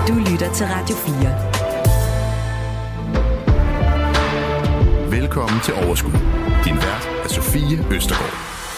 Du lytter til Radio 4. Velkommen til Overskud. Din vært er Sofie Østergaard.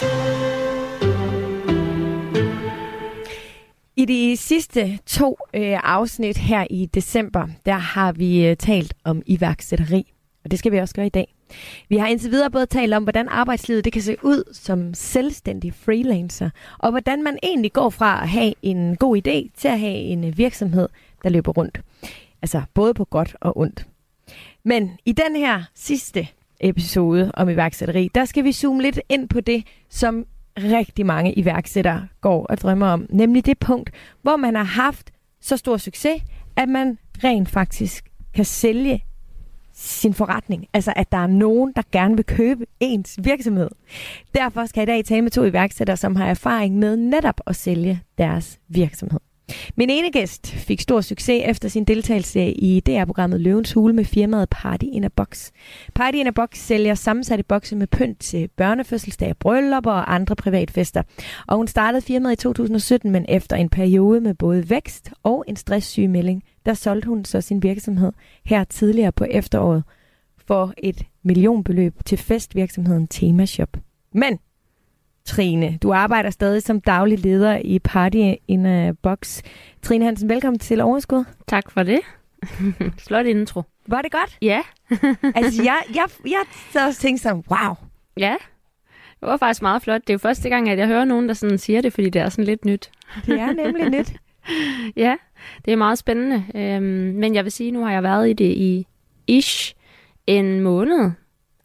I de sidste 2 afsnit her i december, der har vi talt om iværksætteri. Og det skal vi også gøre i dag. Vi har indtil videre både talt om, hvordan arbejdslivet det kan se ud som selvstændig freelancer, og hvordan man egentlig går fra at have en god idé til at have en virksomhed, der løber rundt. Altså både på godt og ondt. Men i den her sidste episode om iværksætteri, der skal vi zoome lidt ind på det, som rigtig mange iværksættere går og drømmer om. Nemlig det punkt, hvor man har haft så stor succes, at man rent faktisk kan sælge sin forretning. Altså, at der er nogen, der gerne vil købe ens virksomhed. Derfor skal jeg i dag tale med 2 iværksættere, som har erfaring med netop at sælge deres virksomhed. Min ene gæst fik stor succes efter sin deltagelse i DR-programmet Løvens Hule med firmaet Party in a Box. Party in a Box sælger sammensatte bokse med pynt til børnefødselsdage, bryllupper og andre privatfester. Og hun startede firmaet i 2017, men efter en periode med både vækst og en stresssygemelding, der solgte hun så sin virksomhed her tidligere på efteråret for et millionbeløb til festvirksomheden Temashop. Men Trine, du arbejder stadig som daglig leder i Party in a Box. Trine Hansen, velkommen til Overskud. Tak for det. Flot intro. Var det godt? Ja. Altså, jeg så også tænkte sådan, wow. Ja, det var faktisk meget flot. Det er jo første gang, at jeg hører nogen, der sådan siger det, fordi det er sådan lidt nyt. Det er nemlig nyt. Ja, det er meget spændende. Men jeg vil sige, nu har jeg været i det i en måned.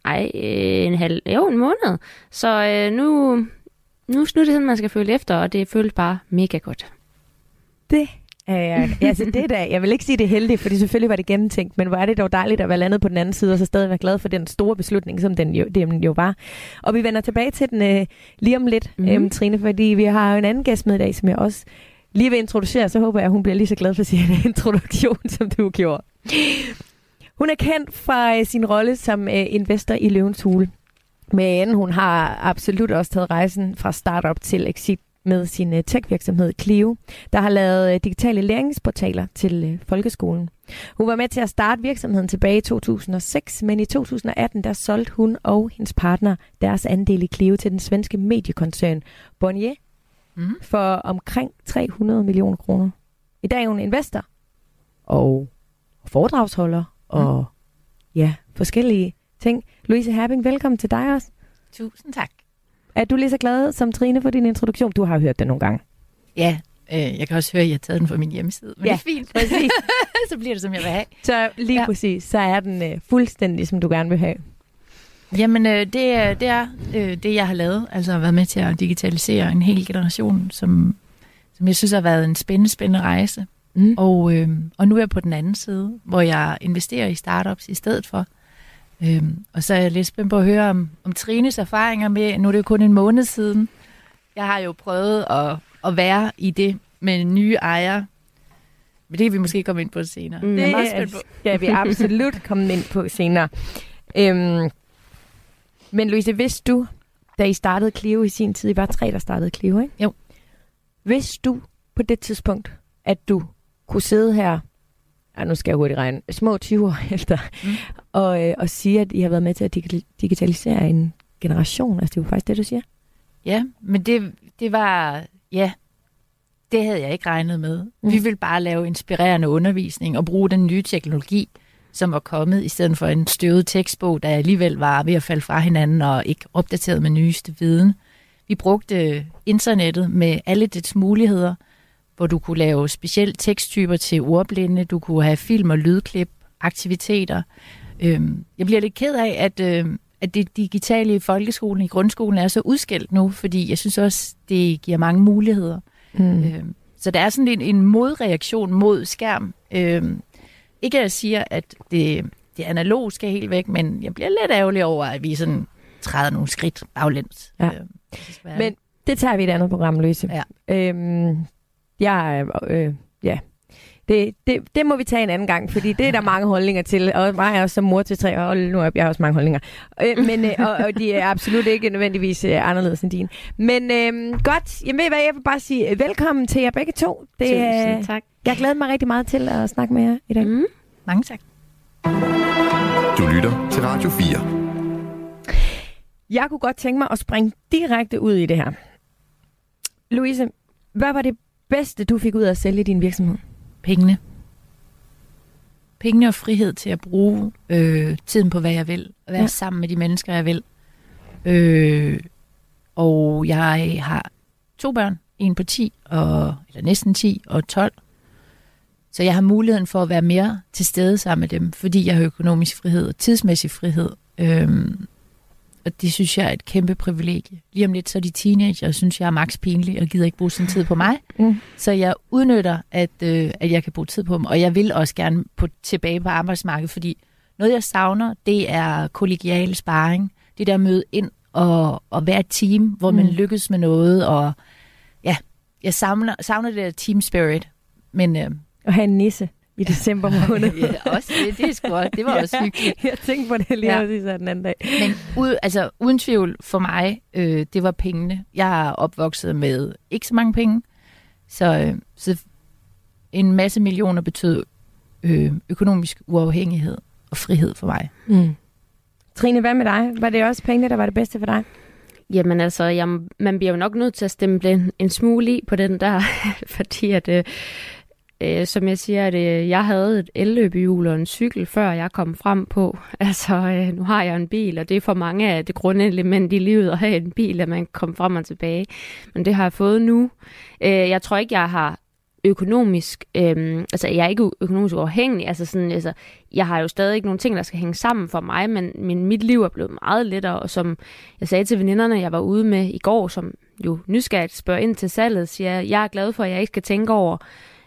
En måned. Så nu er det sådan, man skal føle efter, og det føles bare mega godt. Det er altså det der. Jeg vil ikke sige det heldigt, fordi selvfølgelig var det gennemtænkt, men hvor er det dog dejligt at være landet på den anden side, og så stadig være glad for den store beslutning, som den jo var. Og vi vender tilbage til den lige om lidt, Trine, fordi vi har jo en anden gæst med i dag, som jeg også lige vil introducere, så håber jeg, at hun bliver lige så glad for sin introduktion, som du gjorde. Hun er kendt for sin rolle som investor i Løvens Hule, men hun har absolut også taget rejsen fra startup til exit med sin tech-virksomhed Clio, der har lavet digitale læringsportaler til folkeskolen. Hun var med til at starte virksomheden tilbage i 2006, men i 2018 der solgte hun og hendes partner deres andel i Clio til den svenske mediekoncern Bonnier for omkring 300 millioner kroner. I dag er hun investor og foredragsholder og forskellige ting. Louise Herbing, velkommen til dig også. Tusind tak. Er du lige så glad som Trine for din introduktion? Du har hørt den nogle gange. Ja, jeg kan også høre, at jeg har taget den fra min hjemmeside. Men ja, det er fint. Præcis. Så bliver det, som jeg vil have. Så lige præcis, så er den fuldstændig, som du gerne vil have. Jamen, det er det, jeg har lavet. Altså har været med til at digitalisere en hel generation, som jeg synes har været en spændende rejse. Og nu er jeg på den anden side, hvor jeg investerer i startups i stedet for. Og så er jeg lidt spændt på at høre om Trines erfaringer med, nu er det jo kun en måned siden. Jeg har jo prøvet at være i det med nye ejere. Men det kan vi måske komme ind på senere. Det er meget spændt på. Ja, vi er absolut kommet ind på senere. Men Louise, vidste du, da I startede Clio i sin tid, I var 3, der startede Clio, ikke? Jo. Vidste du på det tidspunkt, at du kunne sidde her, nu skal jeg hurtigt regne, små 20 år efter, og sige, at I har været med til at digitalisere en generation? Altså, det var faktisk det, du siger? Ja, men det var, det havde jeg ikke regnet med. Vi ville bare lave inspirerende undervisning og bruge den nye teknologi, som var kommet, i stedet for en støvet tekstbog, der alligevel var ved at falde fra hinanden og ikke opdateret med nyeste viden. Vi brugte internettet med alle dets muligheder, hvor du kunne lave specielle teksttyper til ordblinde, du kunne have film- og lydklip, aktiviteter. Jeg bliver lidt ked af, at det digitale i folkeskolen, i grundskolen, er så udskilt nu, fordi jeg synes også, det giver mange muligheder. Så der er sådan en modreaktion mod skærm. Ikke at jeg siger, at det analog skal helt væk, men jeg bliver lidt ærgerlig over, at vi sådan træder nogle skridt baglæns. Ja. Men det tager vi i et andet program, Louise. Ja. Det må vi tage en anden gang, fordi det er der mange holdninger til, og mig er også som mor til 3, og nu har jeg også mange holdninger. Og de er absolut ikke nødvendigvis anderledes end dine. Men godt, jeg ved hvad, jeg vil bare sige velkommen til jer begge to. Tusind tak. Jeg glæder mig rigtig meget til at snakke med jer i dag. Mange tak. Du lytter til Radio 4. Jeg kunne godt tænke mig at springe direkte ud i det her. Louise, hvad var det bedste, du fik ud af at sælge din virksomhed? Pengene. Pengene og frihed til at bruge tiden på, hvad jeg vil. Og være sammen med de mennesker, jeg vil. Og jeg har 2 børn. En på 10, eller næsten 10 og 12. Så jeg har muligheden for at være mere til stede sammen med dem, fordi jeg har økonomisk frihed og tidsmæssig frihed. Og det synes jeg er et kæmpe privilegie. Lige om lidt så er de teenager, og synes jeg er max pinlig og gider ikke bruge sin tid på mig. Så jeg udnytter, at jeg kan bruge tid på dem. Og jeg vil også gerne tilbage på arbejdsmarkedet, fordi noget jeg savner, det er kollegial sparring. Det der at møde ind og være et team, hvor man lykkes med noget. Og ja, jeg savner det der team spirit. Men at have en nisse i december måned. Ja, også det var også hyggeligt. Jeg tænkte på det lige også den anden dag. Men uden tvivl for mig, det var pengene. Jeg er opvokset med ikke så mange penge, så en masse millioner betød økonomisk uafhængighed og frihed for mig. Trine, hvad med dig? Var det også pengene, der var det bedste for dig? Jamen altså, man bliver jo nok nødt til at stemple en smule i på den der, fordi at som jeg siger, at jeg havde et elløbehjul og en cykel, før jeg kom frem på. Altså, nu har jeg en bil, og det er for mange af det grundelement i livet at have en bil, at man kommer frem og tilbage. Men det har jeg fået nu. Jeg tror ikke, jeg har økonomisk, altså jeg er ikke økonomisk uafhængig, altså jeg har jo stadig ikke nogen ting, der skal hænge sammen for mig, men mit liv er blevet meget lettere, og som jeg sagde til veninderne, jeg var ude med i går, som jo nysgerrigt spørger ind til salget, siger jeg er glad for, at jeg ikke skal tænke over,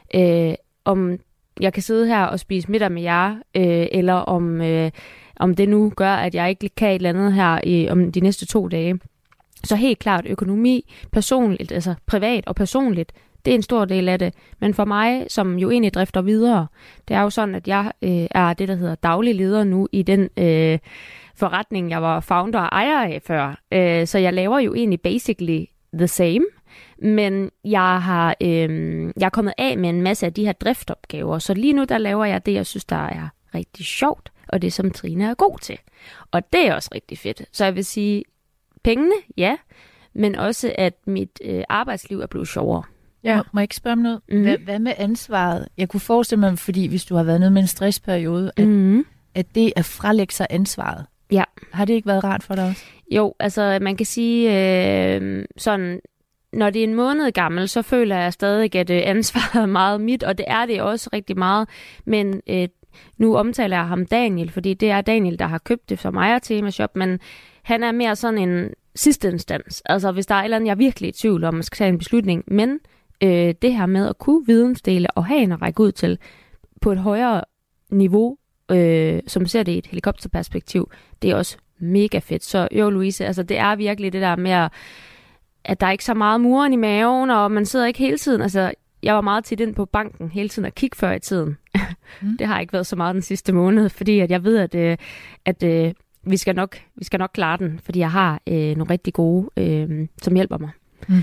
om jeg kan sidde her og spise middag med jer, eller om det nu gør, at jeg ikke kan et eller andet her om de næste 2 dage. Så helt klart økonomi, personligt, altså privat og personligt, det er en stor del af det. Men for mig, som jo egentlig drifter videre, det er jo sådan, at jeg er det, der hedder daglig leder nu i den forretning, jeg var founder og ejer af før. Så jeg laver jo egentlig basically the same. Men jeg er kommet af med en masse af de her driftopgaver, så lige nu der laver jeg det, jeg synes, der er rigtig sjovt, og det som Trine er god til. Og det er også rigtig fedt. Så jeg vil sige, pengene, ja, men også at mit arbejdsliv er blevet sjovere. Ja. Må jeg ikke spørge om noget? Hvad med ansvaret? Jeg kunne forestille mig, fordi hvis du har været nede med en stressperiode, at det er fralægge sig ansvaret. Ja. Har det ikke været rart for dig også? Jo, altså man kan sige sådan, når det er en måned gammel, så føler jeg stadig, at ansvaret er meget mit, og det er det også rigtig meget. Men nu omtaler jeg ham Daniel, fordi det er Daniel, der har købt det for mig og Temashop, men han er mere sådan en sidste instans. Altså hvis der er et eller andet, jeg er virkelig i tvivl om, man skal tage en beslutning, men det her med at kunne vidensdele og have en at række ud til på et højere niveau, som ser det i et helikopterperspektiv, det er også mega fedt. Så jo, Louise, altså det er virkelig det der med, at der er ikke så meget muren i maven, og man sidder ikke hele tiden. Altså, jeg var meget tit ind på banken hele tiden og kigge før i tiden. Det har ikke været så meget den sidste måned, fordi at jeg ved, at vi skal nok klare den, fordi jeg har nogle rigtig gode, som hjælper mig.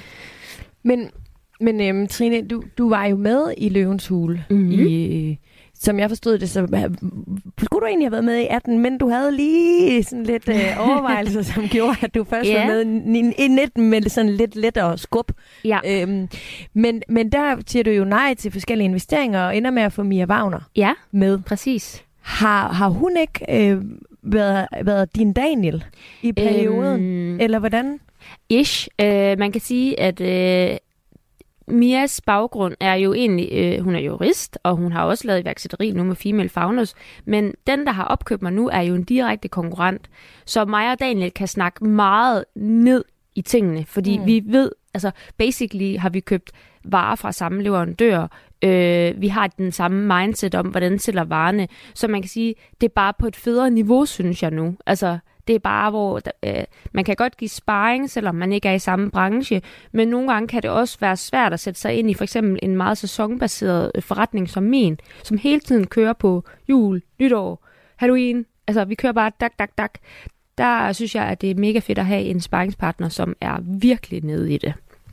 Men Trine, du var jo med i Løvens Hule. Som jeg forstod det, så skulle du egentlig have været med i 18, men du havde lige sådan lidt overvejelser, som gjorde, at du først var med i 19 med sådan lidt lettere skub. Ja. Men der siger du jo nej til forskellige investeringer og ender med at få Mia Wagner med. Præcis. Har hun ikke været din Daniel i perioden? Eller hvordan? Ish. Man kan sige, at Mias baggrund er jo egentlig, hun er jurist, og hun har også lavet iværksætteri nu med Female Founders, men den, der har opkøbt mig nu, er jo en direkte konkurrent. Så mig og Daniel kan snakke meget ned i tingene, fordi vi ved, altså basically har vi købt varer fra samme leverandør, vi har den samme mindset om, hvordan sælger varerne, så man kan sige, det er bare på et federe niveau, synes jeg nu. Altså, det er bare, hvor man kan godt give sparring, selvom man ikke er i samme branche, men nogle gange kan det også være svært at sætte sig ind i for eksempel en meget sæsonbaseret forretning som min, som hele tiden kører på jul, nytår, Halloween. Altså, vi kører bare dak. Der synes jeg, at det er mega fedt at have en sparringspartner, som er virkelig nede i det.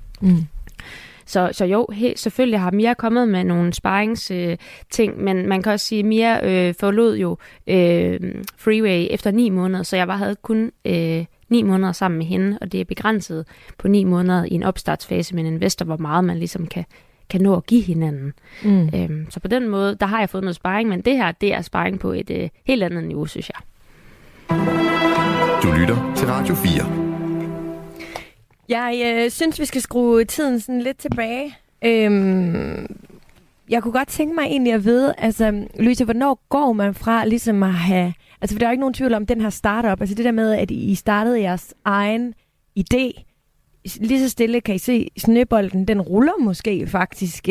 Så jo, selvfølgelig har Mia kommet med nogle sparringsting, men man kan også sige, at Mia forlod jo Freeway efter 9 måneder, så jeg havde kun 9 måneder sammen med hende, og det er begrænset på 9 måneder i en opstartsfase med en investor, hvor meget man ligesom kan nå at give hinanden. Så på den måde, der har jeg fået noget sparring, men det her, det er sparring på et helt andet niveau, synes jeg. Du lytter til Radio 4. Jeg synes, vi skal skrue tiden sådan lidt tilbage. Jeg kunne godt tænke mig egentlig at vide, altså Louise, hvornår går man fra ligesom at have... Altså, for der er jo ikke nogen tvivl om den her startup. Altså det der med, at I startede jeres egen idé. Lige så stille kan I se, snebolden, den ruller måske faktisk.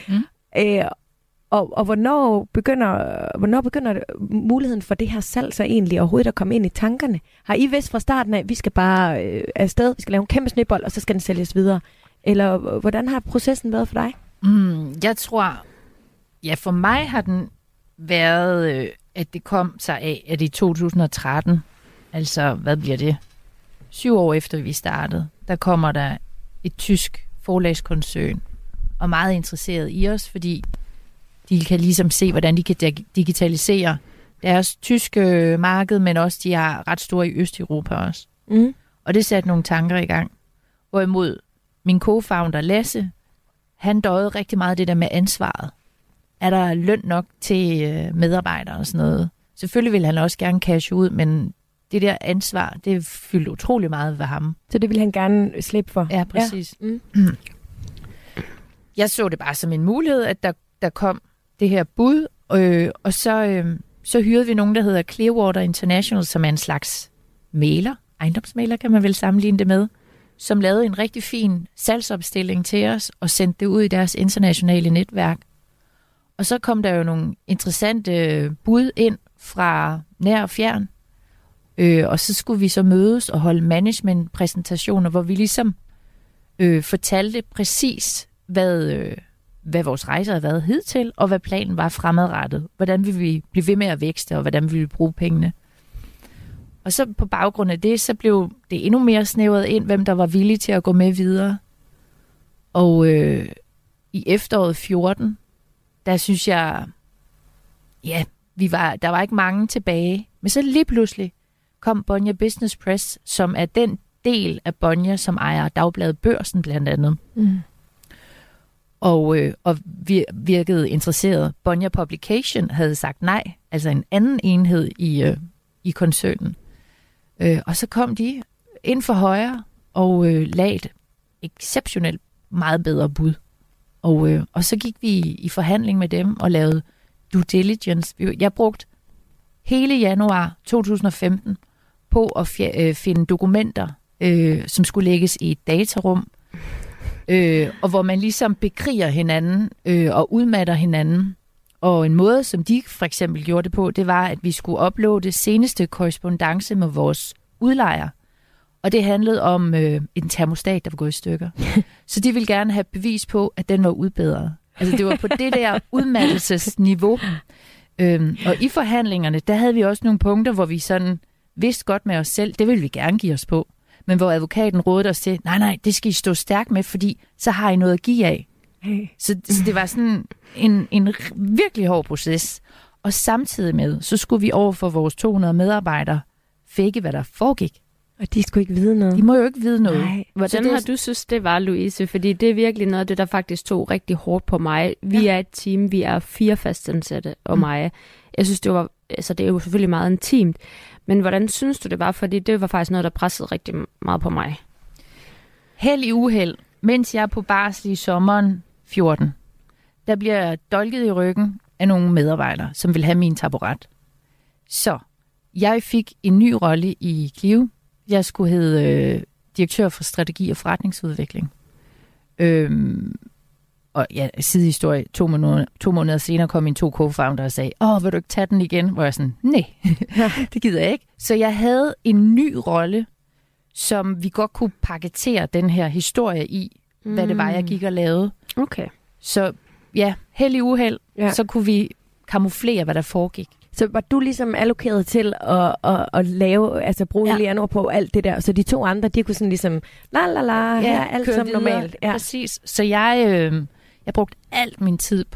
Og hvornår begynder muligheden for det her salg så egentlig overhovedet at komme ind i tankerne? Har I vidst fra starten af, at vi skal bare afsted, vi skal lave en kæmpe snebold, og så skal den sælges videre? Eller hvordan har processen været for dig? Jeg tror, for mig har den været, at det kom sig af, at i 2013, altså hvad bliver det? 7 år efter vi startede, der kommer der et tysk forlagskoncern, og meget interesseret i os, fordi de kan ligesom se, hvordan de kan digitalisere deres tyske marked, men også de er ret store i Østeuropa også. Og det satte nogle tanker i gang. Hvorimod min co-founder Lasse, han døjede rigtig meget det der med ansvaret. Er der løn nok til medarbejdere og sådan noget? Selvfølgelig vil han også gerne cashe ud, men det der ansvar, det fyldte utrolig meget ved ham. Så det vil han gerne slippe for? Ja, præcis. Ja. Jeg så det bare som en mulighed, at der kom det her bud, og så hyrede vi nogen, der hedder Clearwater International, som er en slags mægler, ejendomsmægler kan man vel sammenligne det med, som lavede en rigtig fin salgsopstilling til os og sendte det ud i deres internationale netværk. Og så kom der jo nogle interessante bud ind fra nær og fjern, og så skulle vi så mødes og holde management-præsentationer, hvor vi ligesom fortalte præcis, hvad vores rejser havde været hidtil, og hvad planen var fremadrettet. Hvordan vil vi blive ved med at vækste, og hvordan vil vi bruge pengene. Og så på baggrund af det, så blev det endnu mere snævret ind, hvem der var villige til at gå med videre. Og i efteråret 14, der synes jeg, der var ikke mange tilbage. Men så lige pludselig kom Bonnier Business Press, som er den del af Bonnier, som ejer Dagbladet Børsen blandt andet. Og virkede interesseret. Bonnier Publication havde sagt nej, altså en anden enhed i koncernen. Og så kom de ind for højre og lagde et exceptionelt meget bedre bud. Og så gik vi i forhandling med dem og lavede due diligence. Jeg brugte hele januar 2015 på at finde dokumenter, som skulle lægges i et datarum, og hvor man ligesom bekriger hinanden og udmatter hinanden. Og en måde, som de for eksempel gjorde det på, det var, at vi skulle uploade seneste korrespondance med vores udlejer. Og det handlede om en termostat, der var gået i stykker. Så de ville gerne have bevis på, at den var udbedret. Altså det var på det der udmattelsesniveau. Og i forhandlingerne, der havde vi også nogle punkter, hvor vi sådan vidste godt med os selv, det ville vi gerne give os på. Men hvor advokaten rådede os til, nej, det skal I stå stærkt med, fordi så har I noget at give af. Så det var sådan en virkelig hård proces. Og samtidig med, så skulle vi over for vores 200 medarbejdere fække, hvad der foregik. Og de skulle ikke vide noget. De må jo ikke vide noget. Nej. Hvordan har du synes, det var, Louise? Fordi det er virkelig noget af det, der faktisk tog rigtig hårdt på mig. Vi er et team, vi er 4 fastansatte og mig. Jeg synes, det er jo selvfølgelig meget intimt. Men hvordan synes du, det var? Fordi det var faktisk noget, der pressede rigtig meget på mig. Held i uheld, mens jeg er på barsel i sommeren 14, der bliver jeg dolket i ryggen af nogle medarbejdere, som vil have min taburet. Så jeg fik en ny rolle i Clio. Jeg skulle hedde direktør for strategi og forretningsudvikling. Og ja, sidehistorie, 2 måneder senere kom mine 2 co-founder og sagde, vil du ikke tage den igen? Hvor jeg sådan, nej, det gider jeg ikke. Så jeg havde en ny rolle, som vi godt kunne paketere den her historie i, hvad det var, jeg gik og lavede. Okay. Så ja, held i uheld, så kunne vi kamuflere, hvad der foregik. Så var du ligesom allokeret til at lave, altså bruge Helene ord på alt det der, så de 2 andre, de kunne sådan ligesom, her alt som normalt. Ja, præcis. Så jeg brugte alt min tid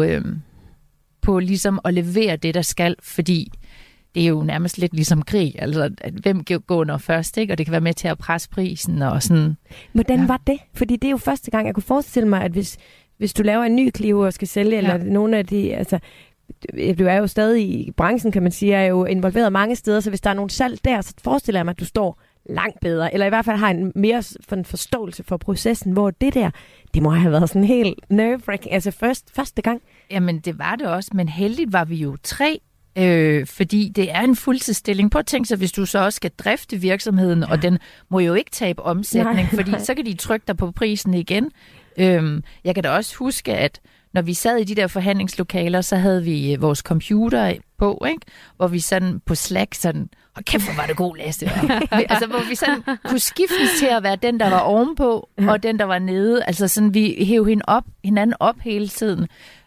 på ligesom at levere det, der skal, fordi det er jo nærmest lidt ligesom krig, altså at hvem går under først, ikke? Og det kan være med til at presse prisen og sådan. Hvordan var det? Fordi det er jo første gang, jeg kunne forestille mig, at hvis du laver en ny Clio og skal sælge, eller nogle af de, altså du er jo stadig i branchen, kan man sige, er jo involveret mange steder, så hvis der er nogle salg der, så forestiller jeg mig, at du står langt bedre, eller i hvert fald har en mere forståelse for processen, hvor det der, det må have været sådan helt nerve-wracking, altså første gang. Jamen det var det også, men heldigt var vi jo 3, fordi det er en fuldtidsstilling. Prøv at tænke sig, hvis du så også skal drifte virksomheden, og den må jo ikke tabe omsætning, fordi så kan de trykke dig på prisen igen. Jeg kan da også huske, at når vi sad i de der forhandlingslokaler, så havde vi vores computer på, ikke? Hvor vi sådan på Slack sådan, kæft, hvor var det god, Lasse. Altså, hvor vi sådan kunne skiftes til at være den, der var ovenpå, og den, der var nede. Altså sådan, vi hæv hinanden op hele tiden.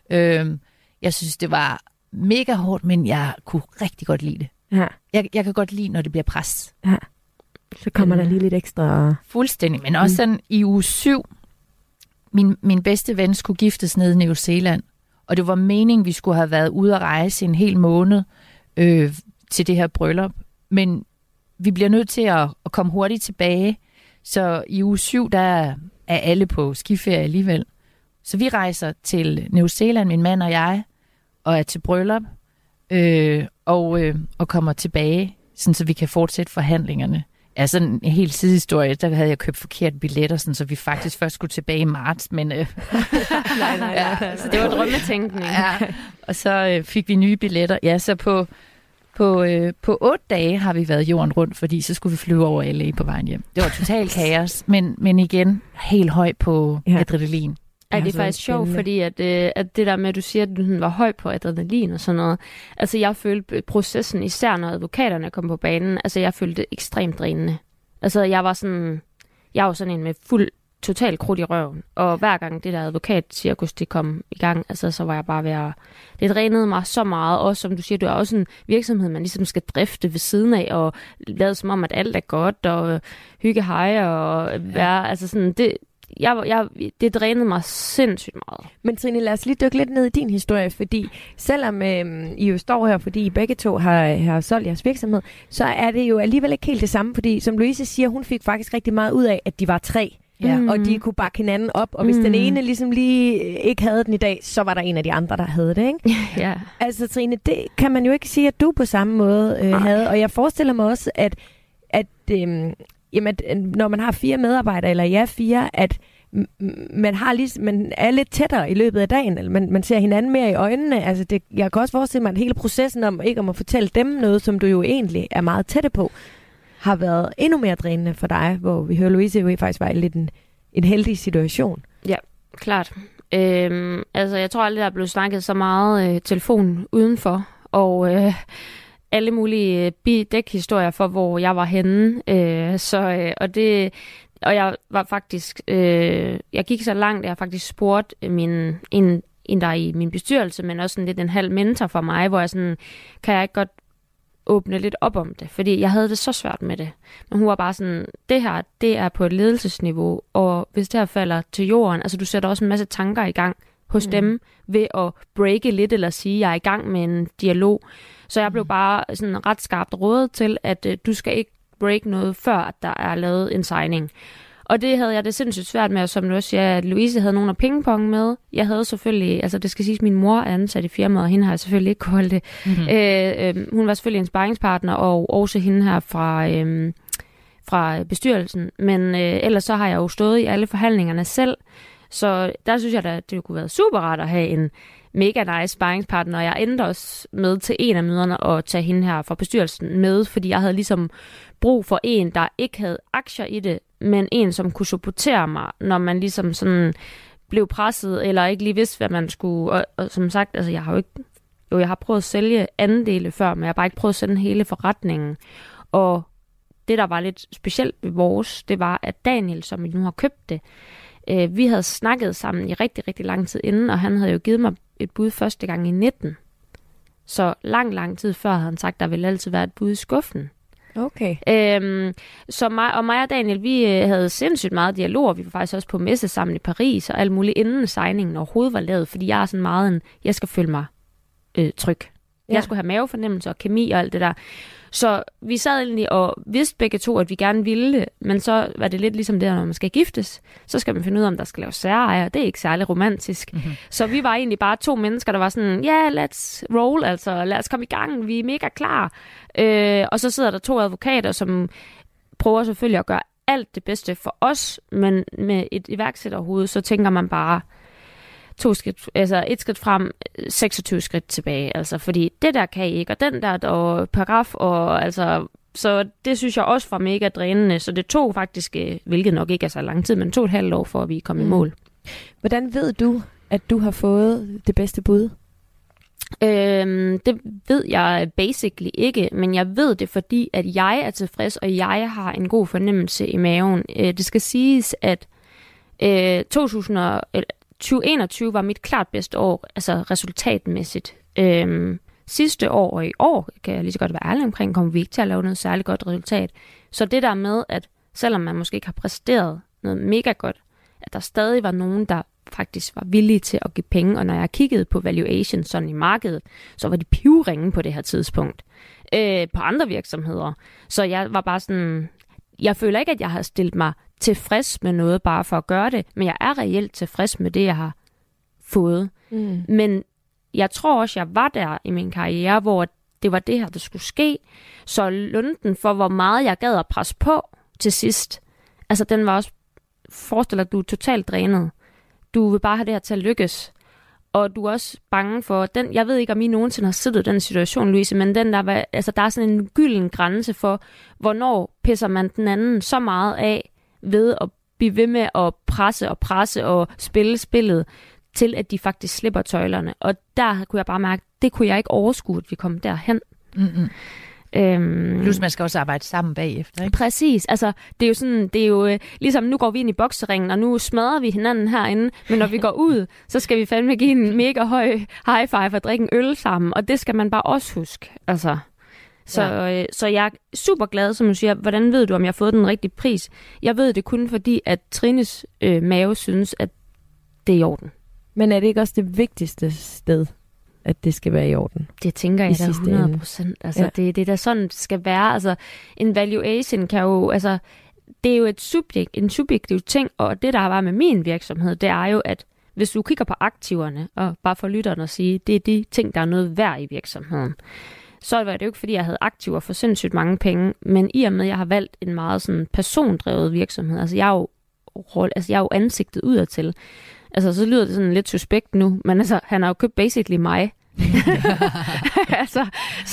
Jeg synes, det var mega hårdt, men jeg kunne rigtig godt lide det. Ja. Jeg kan godt lide, når det bliver pres. Ja. Så kommer der lige lidt ekstra. Fuldstændig, men også sådan i uge 7, min bedste ven skulle giftes nede i New Zealand, og det var meningen, vi skulle have været ude at rejse en hel måned til det her bryllup. Men vi bliver nødt til at komme hurtigt tilbage, så i uge 7, der er alle på skiferie alligevel. Så vi rejser til New Zealand, min mand og jeg, og er til bryllup, og kommer tilbage, sådan, så vi kan fortsætte forhandlingerne. Ja, sådan en helt sidehistorie, der havde jeg købt forkert billetter, sådan, så vi faktisk først skulle tilbage i marts, men nej. Så det var drømmetænkning. Ja, og så fik vi nye billetter. Ja, så på 8 dage har vi været jorden rundt, fordi så skulle vi flyve over LA på vejen hjem. Det var total kaos, men igen, helt høj på adrenalin. Ja, det er faktisk sjovt, fordi at det der med, at du siger, at du var høj på adrenalin og sådan noget. Altså, jeg følte processen, især når advokaterne kom på banen, altså, jeg følte det ekstremt drænende. Altså, jeg var sådan en med fuld, total krudt i røven. Og hver gang det der advokatcirkus, det kom i gang, altså, så var jeg bare ved at... Det drænede mig så meget, også som du siger, du er også en virksomhed, man ligesom skal drifte ved siden af, og lade som om, at alt er godt, og hygge hej, og være... Altså, sådan, det drænede mig sindssygt meget. Men Trine, lad os lige dykke lidt ned i din historie, fordi selvom I jo står her, fordi I begge to har solgt jeres virksomhed, så er det jo alligevel ikke helt det samme, fordi som Louise siger, hun fik faktisk rigtig meget ud af, at de var 3. Ja. Og de kunne bakke hinanden op, og hvis den ene ligesom lige ikke havde den i dag, så var der en af de andre, der havde det, ikke? Ja. Altså Trine, det kan man jo ikke sige, at du på samme måde havde, og jeg forestiller mig også, at når man har 4 medarbejdere, eller 4, at man er lidt tættere i løbet af dagen, eller man ser hinanden mere i øjnene. Altså jeg kan også forestille mig, at hele processen om at fortælle dem noget, som du jo egentlig er meget tætte på, har været endnu mere drænende for dig, hvor vi hører Louise jo faktisk var i lidt en heldig situation. Ja, klart. Altså jeg tror aldrig, der er blevet snakket så meget telefon udenfor, og alle mulige dækhistorier for, hvor jeg var henne. Og jeg var faktisk, jeg gik så langt, at jeg faktisk spurgte en der er i min bestyrelse, men også sådan lidt en halv mentor for mig, hvor jeg sådan, kan jeg ikke godt åbne lidt op om det, fordi jeg havde det så svært med det. Men hun var bare sådan, det her, det er på et ledelsesniveau, og hvis det her falder til jorden, altså du sætter også en masse tanker i gang hos dem, ved at breake lidt, eller sige, jeg er i gang med en dialog. Så jeg blev bare sådan ret skarpt rådet til, at du skal ikke break noget, før at der er lavet en signing. Og det havde jeg det sindssygt svært med, og som du også siger, at Louise havde nogen af pingpong med. Jeg havde selvfølgelig, altså det skal siges, min mor er ansat i firmaet, og hende har jeg selvfølgelig ikke kunne holde det. Hun var selvfølgelig en sparringspartner, og også hende her fra bestyrelsen. Men ellers så har jeg jo stået i alle forhandlingerne selv, så der synes jeg da, at det kunne være super rart at have en mega nice sparringspartner, og jeg endte også med til en af møderne at tage hende her fra bestyrelsen med, fordi jeg havde ligesom brug for en, der ikke havde aktier i det, men en, som kunne supportere mig, når man ligesom sådan blev presset, eller ikke lige vidste, hvad man skulle. Og som sagt, altså, jeg har prøvet at sælge andele før, men jeg har bare ikke prøvet at sælge hele forretningen. Og det, der var lidt specielt ved vores, det var, at Daniel, som nu har købt det, vi havde snakket sammen i rigtig, rigtig lang tid inden, og han havde jo givet mig et bud første gang i 19. Så lang tid før havde han sagt, at der ville altid være et bud i skuffen. Okay. Så mig og Daniel, vi havde sindssygt meget dialog. Vi var faktisk også på messe sammen i Paris, og alt muligt inden signingen overhovedet var lavet, fordi jeg er sådan meget jeg skal føle mig tryg. Ja. Jeg skulle have mavefornemmelse og kemi og alt det der. Så vi sad egentlig og vidste begge to, at vi gerne ville det, men så var det lidt ligesom det, når man skal giftes, så skal man finde ud af, om der skal laves særejer. Det er ikke særlig romantisk. Mm-hmm. Så vi var egentlig bare 2 mennesker, der var sådan, let's roll, altså lad os komme i gang, vi er mega klar. Og så sidder der 2 advokater, som prøver selvfølgelig at gøre alt det bedste for os, men med et iværksætterhoved, så tænker man bare 2 skridt, altså 1 skridt frem, 26 skridt tilbage, altså fordi det der kan I ikke, og den der og paragraf, og altså, så det synes jeg også var mega drænende, så det tog faktisk, hvilket nok ikke er så lang tid, men 2,5 år for, at vi kom i mål. Hvordan ved du, at du har fået det bedste bud? Det ved jeg basically ikke, men jeg ved det, fordi at jeg er tilfreds, og jeg har en god fornemmelse i maven. Det skal siges, at 2021 var mit klart bedste år, altså resultatmæssigt. Sidste år og i år, kan jeg lige så godt være ærlig omkring, kommer vi ikke til at lave noget særligt godt resultat. Så det der med, at selvom man måske ikke har præsteret noget mega godt, at der stadig var nogen, der faktisk var villige til at give penge, og når jeg kiggede på valuation sådan i markedet, så var de pivringe på det her tidspunkt på andre virksomheder. Så jeg var bare sådan, jeg føler ikke, at jeg har stillet mig tilfreds med noget bare for at gøre det, men jeg er reelt tilfreds med det, jeg har fået. Men jeg tror også, jeg var der i min karriere, hvor det var det her, der skulle ske. Så lunden for, hvor meget jeg gad at presse på til sidst, altså den var også, forestil dig, at du er totalt drænet. Du vil bare have det her til at lykkes. Og du er også bange for, jeg ved ikke, om I nogensinde har siddet i den situation, Louise, men der er sådan en gylden grænse for, hvornår pisser man den anden så meget af ved at blive ved med at presse og spille spillet, til at de faktisk slipper tøjlerne. Og der kunne jeg bare mærke, det kunne jeg ikke overskue, at vi kom derhen. Plus man skal også arbejde sammen bagefter, ikke? Præcis. Altså, det er jo ligesom, nu går vi ind i bokseringen, og nu smadrer vi hinanden herinde, men når vi går ud, så skal vi fandme give en mega høj high five og drikke en øl sammen, og det skal man bare også huske. Altså, så jeg er super glad, som du siger, hvordan ved du, om jeg har fået den rigtige pris? Jeg ved det kun fordi, at Trines mave synes, at det er i orden. Men er det ikke også det vigtigste sted, at det skal være i orden? Det tænker jeg da 100%. Altså, det er da sådan, det skal være. Altså, en valuation kan jo, altså, det er jo en subjektiv ting, og det, der har været med min virksomhed, det er jo, at hvis du kigger på aktiverne, og bare for lytterne at sige, det er de ting, der er noget værd i virksomheden, så var det jo ikke, fordi jeg havde aktiver for sindssygt mange penge, men i og med, at jeg har valgt en meget sådan persondrevet virksomhed, altså jeg er jo ansigtet udadtil. Altså, så lyder det sådan lidt suspekt nu, men altså, han har jo købt basically mig. Altså,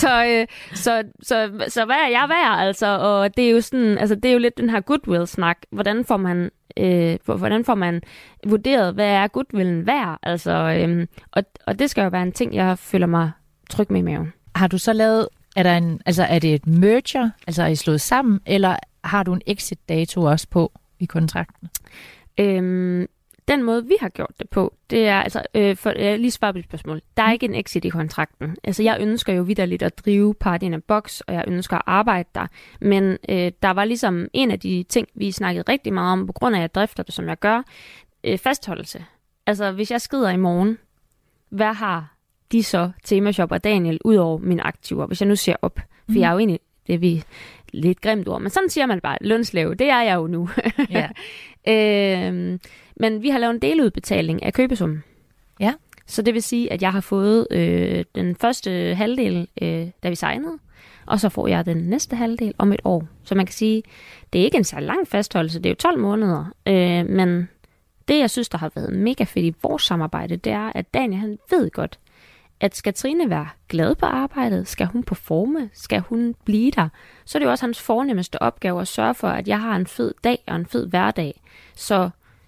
så hvad er jeg værd, altså? Og det er jo sådan, altså, det er jo lidt den her goodwill-snak. Hvordan får man vurderet, hvad er goodwillen værd? Altså, og det skal jo være en ting, jeg føler mig tryg med i maven. Har du så lavet, er det et merger, altså er I slået sammen, eller har du en exit-dato også på i kontrakten? Den måde, vi har gjort det på, det er, altså, lige svar på et spørgsmål. Der er ikke en exit i kontrakten. Altså, jeg ønsker jo vitterligt at drive Partien af Box, og jeg ønsker at arbejde der. Men der var ligesom en af de ting, vi snakkede rigtig meget om, på grund af, at jeg drifter det, som jeg gør, fastholdelse. Altså, hvis jeg skrider i morgen, hvad har de så, Temashop og Daniel, ud over mine aktiver, hvis jeg nu ser op? For jeg er jo egentlig, det er vi lidt grimt ord, men sådan siger man bare, lønslave, det er jeg jo nu. Ja. Men vi har lavet en deludbetaling af købesummen. Ja. Så det vil sige, at jeg har fået den første halvdel, da vi signede, og så får jeg den næste halvdel om et år. Så man kan sige, det er ikke en så lang fastholdelse, det er jo 12 måneder, men det, jeg synes, der har været mega fedt i vores samarbejde, det er, at Daniel, han ved godt, at skal Trine være glad på arbejdet, skal hun performe, skal hun blive der, så er det jo også hans fornemmeste opgave at sørge for, at jeg har en fed dag og en fed hverdag. Så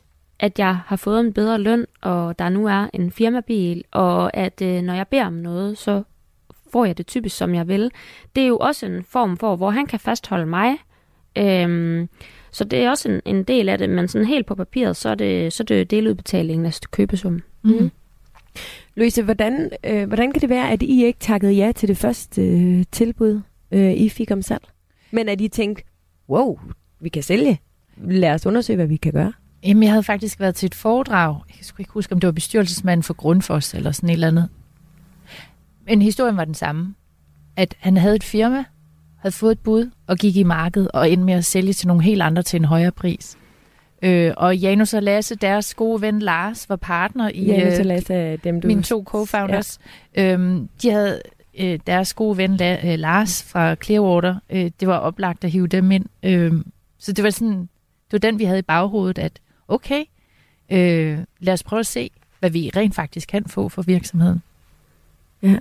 at jeg har fået en bedre løn, og der nu er en firmabil, og at når jeg beder om noget, så får jeg det typisk, som jeg vil. Det er jo også en form for, hvor han kan fastholde mig. Så det er også en del af det, men sådan helt på papiret, så er det deludbetalingen af købesum. Mm. Louise, hvordan kan det være, at I ikke takkede ja til det første tilbud, I fik om salg? Men at I tænkte, wow, vi kan sælge. Lad os undersøge, hvad vi kan gøre. Jamen, jeg havde faktisk været til et foredrag. Jeg kan sgu ikke huske, om det var bestyrelsesmanden for Grundfos eller sådan et eller andet. Men historien var den samme. At han havde et firma, havde fået et bud og gik i markedet og endte med at sælge til nogle helt andre til en højere pris. Og Janus og Lasse, deres gode ven Lars, var partner i Janus og Lasse, mine 2 co-founders. Ja. De havde deres gode ven Lars fra Clearwater. Det var oplagt at hive dem ind. Så det var sådan, det var den, vi havde i baghovedet, at okay, lad os prøve at se, hvad vi rent faktisk kan få for virksomheden. Ja.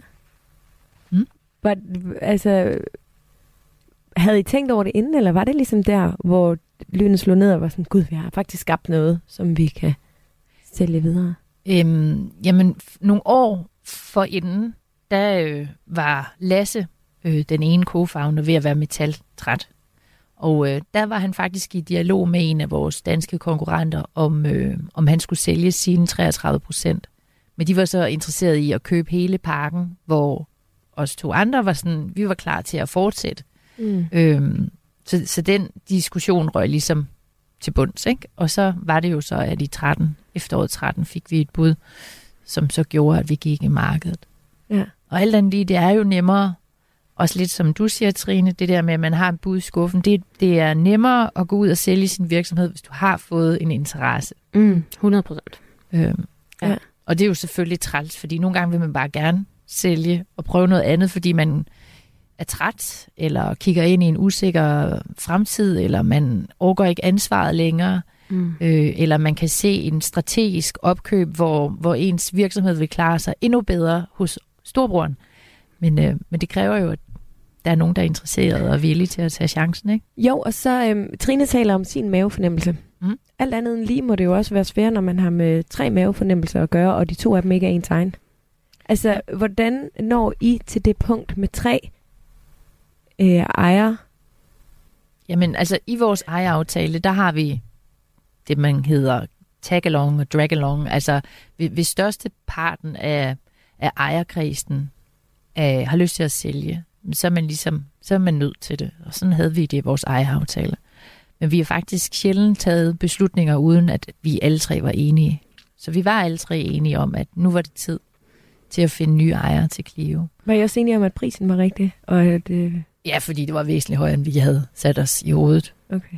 Altså, havde I tænkt over det inden, eller var det ligesom der, hvor lynet slog ned og var sådan, gud, vi har faktisk skabt noget, som vi kan sælge videre? Jamen, nogle år forinden, der var Lasse, den ene co-founder, ved at være metaltræt. Og der var han faktisk i dialog med en af vores danske konkurrenter, om han skulle sælge sine 33%. Men de var så interesserede i at købe hele pakken, hvor os 2 andre var sådan, vi var klar til at fortsætte. Så den diskussion røg ligesom til bunds, ikke? Og så var det jo så, at i efteråret 13 fik vi et bud, som så gjorde, at vi gik i markedet. Ja. Og alt andet lige, det er jo nemmere, også lidt som du siger, Trine, det der med, at man har en bud i skuffen, det er nemmere at gå ud og sælge sin virksomhed, hvis du har fået en interesse. 100%. Ja. Og det er jo selvfølgelig træls, fordi nogle gange vil man bare gerne sælge og prøve noget andet, fordi man er træt, eller kigger ind i en usikker fremtid, eller man overgår ikke ansvaret længere, eller man kan se en strategisk opkøb, hvor ens virksomhed vil klare sig endnu bedre hos storebroren. Men det kræver jo, at der er nogen, der er interesseret og villige til at tage chancen, ikke? Jo, og så Trine taler om sin mavefornemmelse. Alt andet end lige må det jo også være svært, når man har med 3 mavefornemmelser at gøre, og de 2 af dem ikke er ens egen. Altså, hvordan når I til det punkt med 3 ejere? Jamen, altså i vores ejerraftale, der har vi det, man hedder tag-along og drag-along. Altså, hvis største parten af ejerkredsen har lyst til at sælge, så er man nødt til det. Og sådan havde vi det i vores ejeraftale. Men vi har faktisk sjældent taget beslutninger, uden at vi alle 3 var enige. Så vi var alle 3 enige om, at nu var det tid til at finde nye ejere til Clio. Var I også enige om, at prisen var rigtig? Og at, Ja, fordi det var væsentligt højere, end vi havde sat os i hovedet. Okay.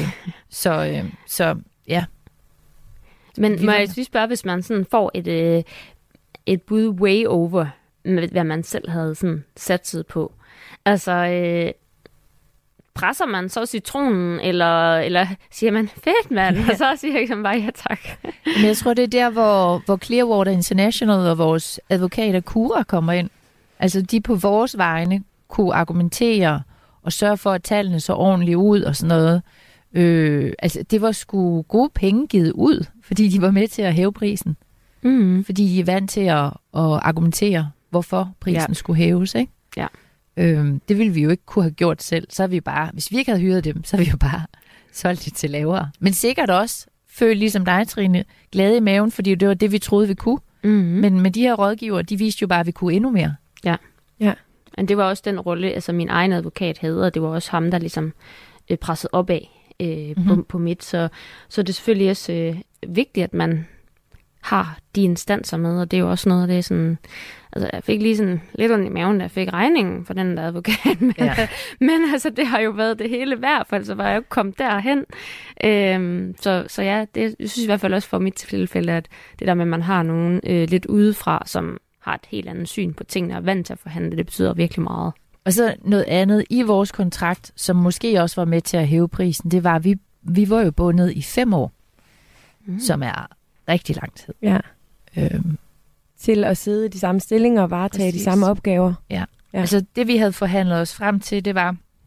Så ja. Men må jeg lige spørge, hvis man sådan får et bud way over, hvad man selv havde sådan satset på. Altså, presser man så citronen, eller siger man, fedt mand, og så siger jeg ikke bare, ja tak. Men jeg tror, det er der, hvor Clearwater International og vores advokater Cura kommer ind. Altså, de på vores vegne kunne argumentere og sørge for, at tallene så ordentligt ud og sådan noget. Altså, det var sgu gode penge givet ud, fordi de var med til at hæve prisen. Fordi de er vant til at argumentere, hvorfor prisen skulle hæves, ikke? Ja. Det ville vi jo ikke kunne have gjort selv. Så er vi bare, hvis vi ikke havde hyret dem, så er vi jo bare solgt det til lavere. Men sikkert også følte ligesom dig, Trine, glade i maven, fordi det var det, vi troede, vi kunne. Men de her rådgivere, de viste jo bare, at vi kunne endnu mere. Ja. Men det var også den rolle, altså min egen advokat havde, og det var også ham, der ligesom pressede opad på mit. Så det er selvfølgelig også vigtigt, at man har de instanser med, og det er jo også noget af det sådan, altså jeg fik lige sådan lidt ondt i maven, da jeg fik regningen for den der advokat, men altså det har jo været det hele i hvert fald, så var jeg jo kommet derhen. Så ja, det jeg synes i hvert fald også for mit tilfælde, at det der med, at man har nogen lidt udefra, som har et helt andet syn på tingene og er vant til at forhandle, det betyder virkelig meget. Og så noget andet i vores kontrakt, som måske også var med til at hæve prisen, det var, at vi var jo bundet i 5 år, som er rigtig lang tid. Ja. Til at sidde i de samme stillinger og varetage de samme opgaver. Ja. Altså det, vi havde forhandlet os frem til, det var,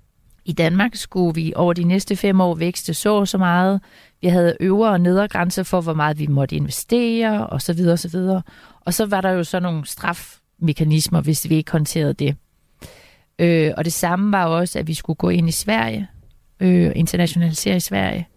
I Danmark skulle vi over de næste 5 år vækste så meget. Vi havde øvre og nedre grænser for, hvor meget vi måtte investere, og så videre, og så videre. Og så var der jo så nogle strafmekanismer, hvis vi ikke håndterede det. Og det samme var også, at vi skulle gå ind i Sverige, internationalisere i Sverige.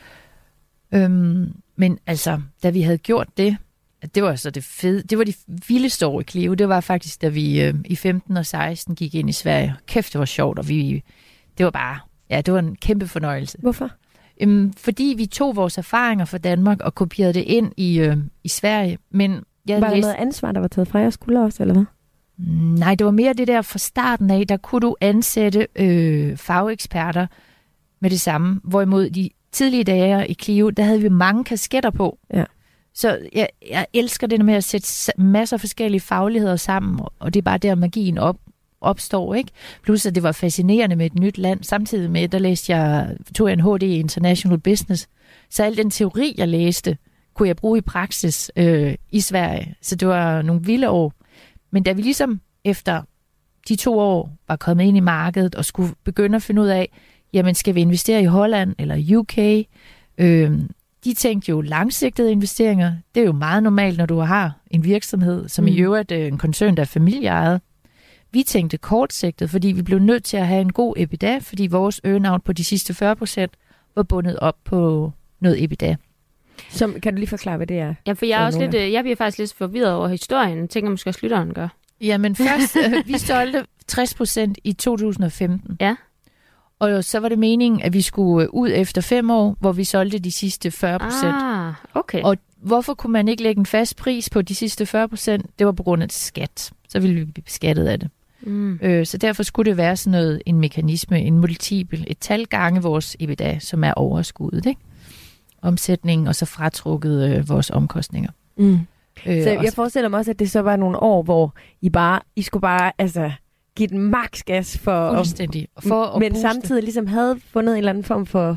Men altså, da vi havde gjort det, det var så det fede, det var de vildeste år i Clio. Det var faktisk, da vi i 15 og 16 gik ind i Sverige. Kæft, det var sjovt, og det var bare, ja, det var en kæmpe fornøjelse. Hvorfor? Fordi vi tog vores erfaringer fra Danmark og kopierede det ind i Sverige. Men var der noget ansvar, der var taget fra jeres skuldre også, eller hvad? Nej, det var mere det der fra starten af, der kunne du ansætte fageksperter med det samme. Hvorimod de tidlige dage i Clio, der havde vi mange kasketter på. Ja. Så jeg elsker det med at sætte masser af forskellige fagligheder sammen, og det er bare der, magien opstår, ikke? Plus, at det var fascinerende med et nyt land. Samtidig med, der tog jeg en HD i International Business. Så al den teori, jeg læste, kunne jeg bruge i praksis i Sverige. Så det var nogle vilde år. Men da vi ligesom efter de 2 år var kommet ind i markedet og skulle begynde at finde ud af, jamen skal vi investere i Holland eller UK? De tænkte jo langsigtede investeringer. Det er jo meget normalt, når du har en virksomhed, som i øvrigt en koncern, der er familieejet. Vi tænkte kortsigtet, fordi vi blev nødt til at have en god EBITDA, fordi vores earn-out på de sidste 40% var bundet op på noget EBITDA. Kan du lige forklare, hvad det er? Ja, for jeg bliver faktisk lidt forvirret over historien. Tænker måske, at lytteren gør. Jamen først, vi solgte 60% i 2015. Ja. Og så var det meningen, at vi skulle ud efter 5 år, hvor vi solgte de sidste 40%. Okay. Og hvorfor kunne man ikke lægge en fast pris på de sidste 40%? Det var på grund af skat. Så ville vi blive beskattet af det. Så derfor skulle det være sådan noget, en mekanisme, en multiple, et tal gange vores EBITDA, som er overskuddet, ikke? Omsætningen, og så fratrukket vores omkostninger. Så jeg forestiller mig også, at det så var nogle år, hvor I skulle bare give den maks gas for fuldstændig. Men samtidig ligesom havde fundet en eller anden form for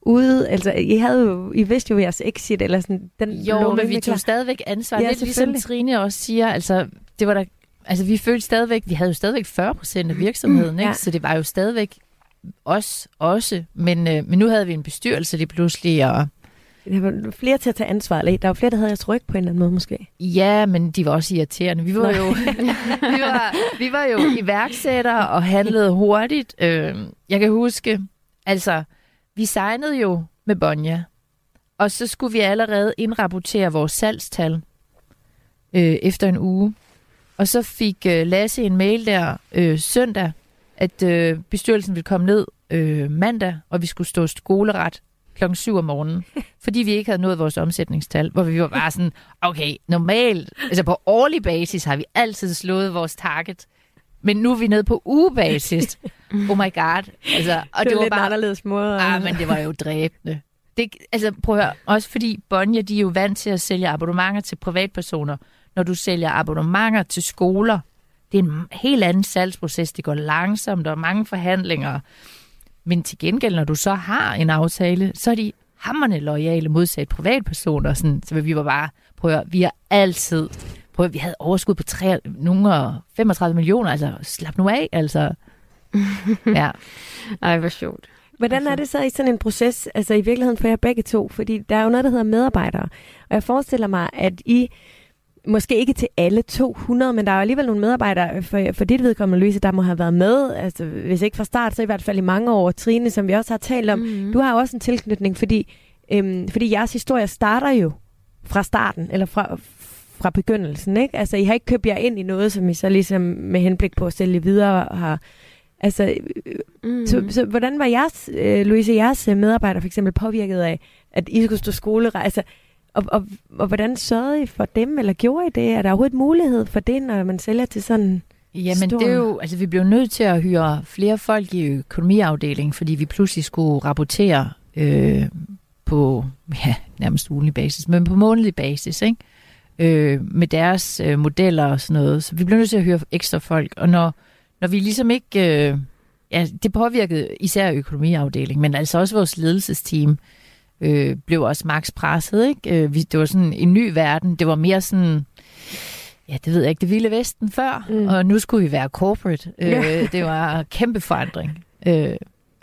I vidste jo jeres exit, eller sådan. Men vi tog stadigvæk ansvar. Ja, lidt ligesom Trine også siger, det var der, vi følte stadigvæk, vi havde jo stadigvæk 40% af virksomheden, ikke? Så det var jo stadigvæk os også, men nu havde vi en bestyrelse lige pludselig, og der var flere til at tage ansvar, eller der var flere, der havde jeres ryg på en eller anden måde måske. Ja, men de var også irriterende. Vi var jo iværksættere og handlede hurtigt. Jeg kan huske, vi signede jo med Bonja, og så skulle vi allerede indrapportere vores salgstal efter en uge. Og så fik Lasse en mail der søndag, at bestyrelsen ville komme ned mandag, og vi skulle stå skoleret 7:00 om morgenen, fordi vi ikke havde nået vores omsætningstal, hvor vi var bare sådan, okay, normalt, på årlig basis har vi altid slået vores target, men nu er vi nede på ugebasis. Oh my god. Og det var lidt bare anderledes måde. Men det var jo dræbende. Prøv at høre, også fordi Bonja, de er jo vant til at sælge abonnementer til privatpersoner. Når du sælger abonnementer til skoler, det er en helt anden salgsproces. Det går langsomt, der er mange forhandlinger. Men til gengæld, når du så har en aftale, så er de hamrende loyale modsat privatpersoner. Sådan, så vi var bare, vi har altid, vi havde overskud på 35 millioner, slap nu af, Ja. Ej, hvor sjovt. Hvordan er det så i sådan en proces, i virkeligheden for jer begge to? Fordi der er jo noget, der hedder medarbejdere. Og jeg forestiller mig, at I, måske ikke til alle 200, men der er alligevel nogle medarbejdere for dit vedkommende, Louise, der må have været med, hvis ikke fra start, så i hvert fald i mange år. Trine, som vi også har talt om, du har jo også en tilknytning, fordi jeres historie starter jo fra starten, eller fra begyndelsen, ikke? I har ikke købt jer ind i noget, som I så ligesom med henblik på at sælge videre har. Så hvordan var jeres medarbejdere for eksempel påvirket af, at I skulle stå skolerejse? Og hvordan sørgede I for dem, eller gjorde I det? Er der overhovedet mulighed for det, når man sælger til sådan Jamen det er jo, vi blev nødt til at hyre flere folk i økonomiafdelingen, fordi vi pludselig skulle rapportere på nærmest ugenlig basis, men på månedlig basis, ikke? Med deres modeller og sådan noget. Så vi blev nødt til at hyre ekstra folk, og når vi ligesom ikke... det påvirkede især økonomiafdelingen, men også vores ledelsesteam blev også max presset, ikke? Det var sådan en ny verden. Det var mere sådan... Ja, det ved jeg ikke. Det vilde vesten før, og nu skulle vi være corporate. Det var kæmpe forandring.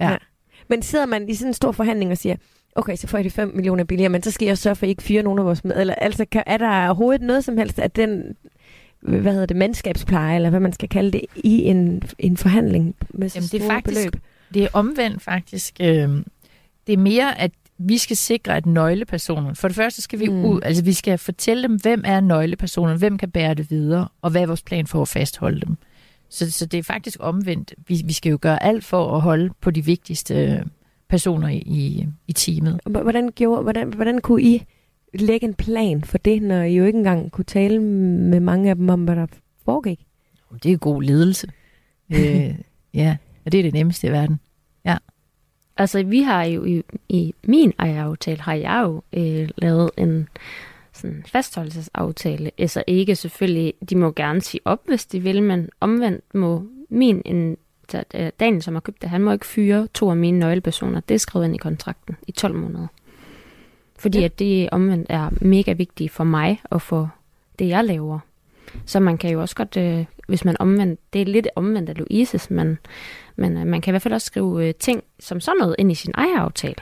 Ja. Men sidder man i sådan en stor forhandling og siger, okay, så får I det 5 millioner billigere, men så skal jeg sørge for, at I ikke fyre nogen af vores med. Eller, altså, er der overhovedet noget som helst af den, mandskabspleje, eller hvad man skal kalde det, i en forhandling med så store beløb? Det er omvendt faktisk. Det er mere, at vi skal sikre, at nøglepersonerne, for det første skal vi ud, altså vi skal fortælle dem, hvem er nøglepersonerne, hvem kan bære det videre, og hvad er vores plan for at fastholde dem. Så det er faktisk omvendt. Vi skal jo gøre alt for at holde på de vigtigste personer i teamet. Hvordan kunne I lægge en plan for det, når I jo ikke engang kunne tale med mange af dem om, hvad der foregik? Det er god ledelse. Ja, og det er det nemmeste i verden. Ja. Altså, vi har jo i min ejeraftale, har jeg jo lavet en sådan fastholdelsesaftale. Altså ikke selvfølgelig, de må gerne sige op, hvis de vil, men omvendt må Daniel, som har købt det, han må ikke fyre 2 af mine nøglepersoner. Det er skrevet ind i kontrakten i 12 måneder. Fordi at det omvendt er mega vigtigt for mig og for det, jeg laver. Så man kan jo også godt, hvis man omvendt, det er lidt omvendt af Louises, men man kan i hvert fald også skrive ting som sådan noget ind i sin ejeraftale.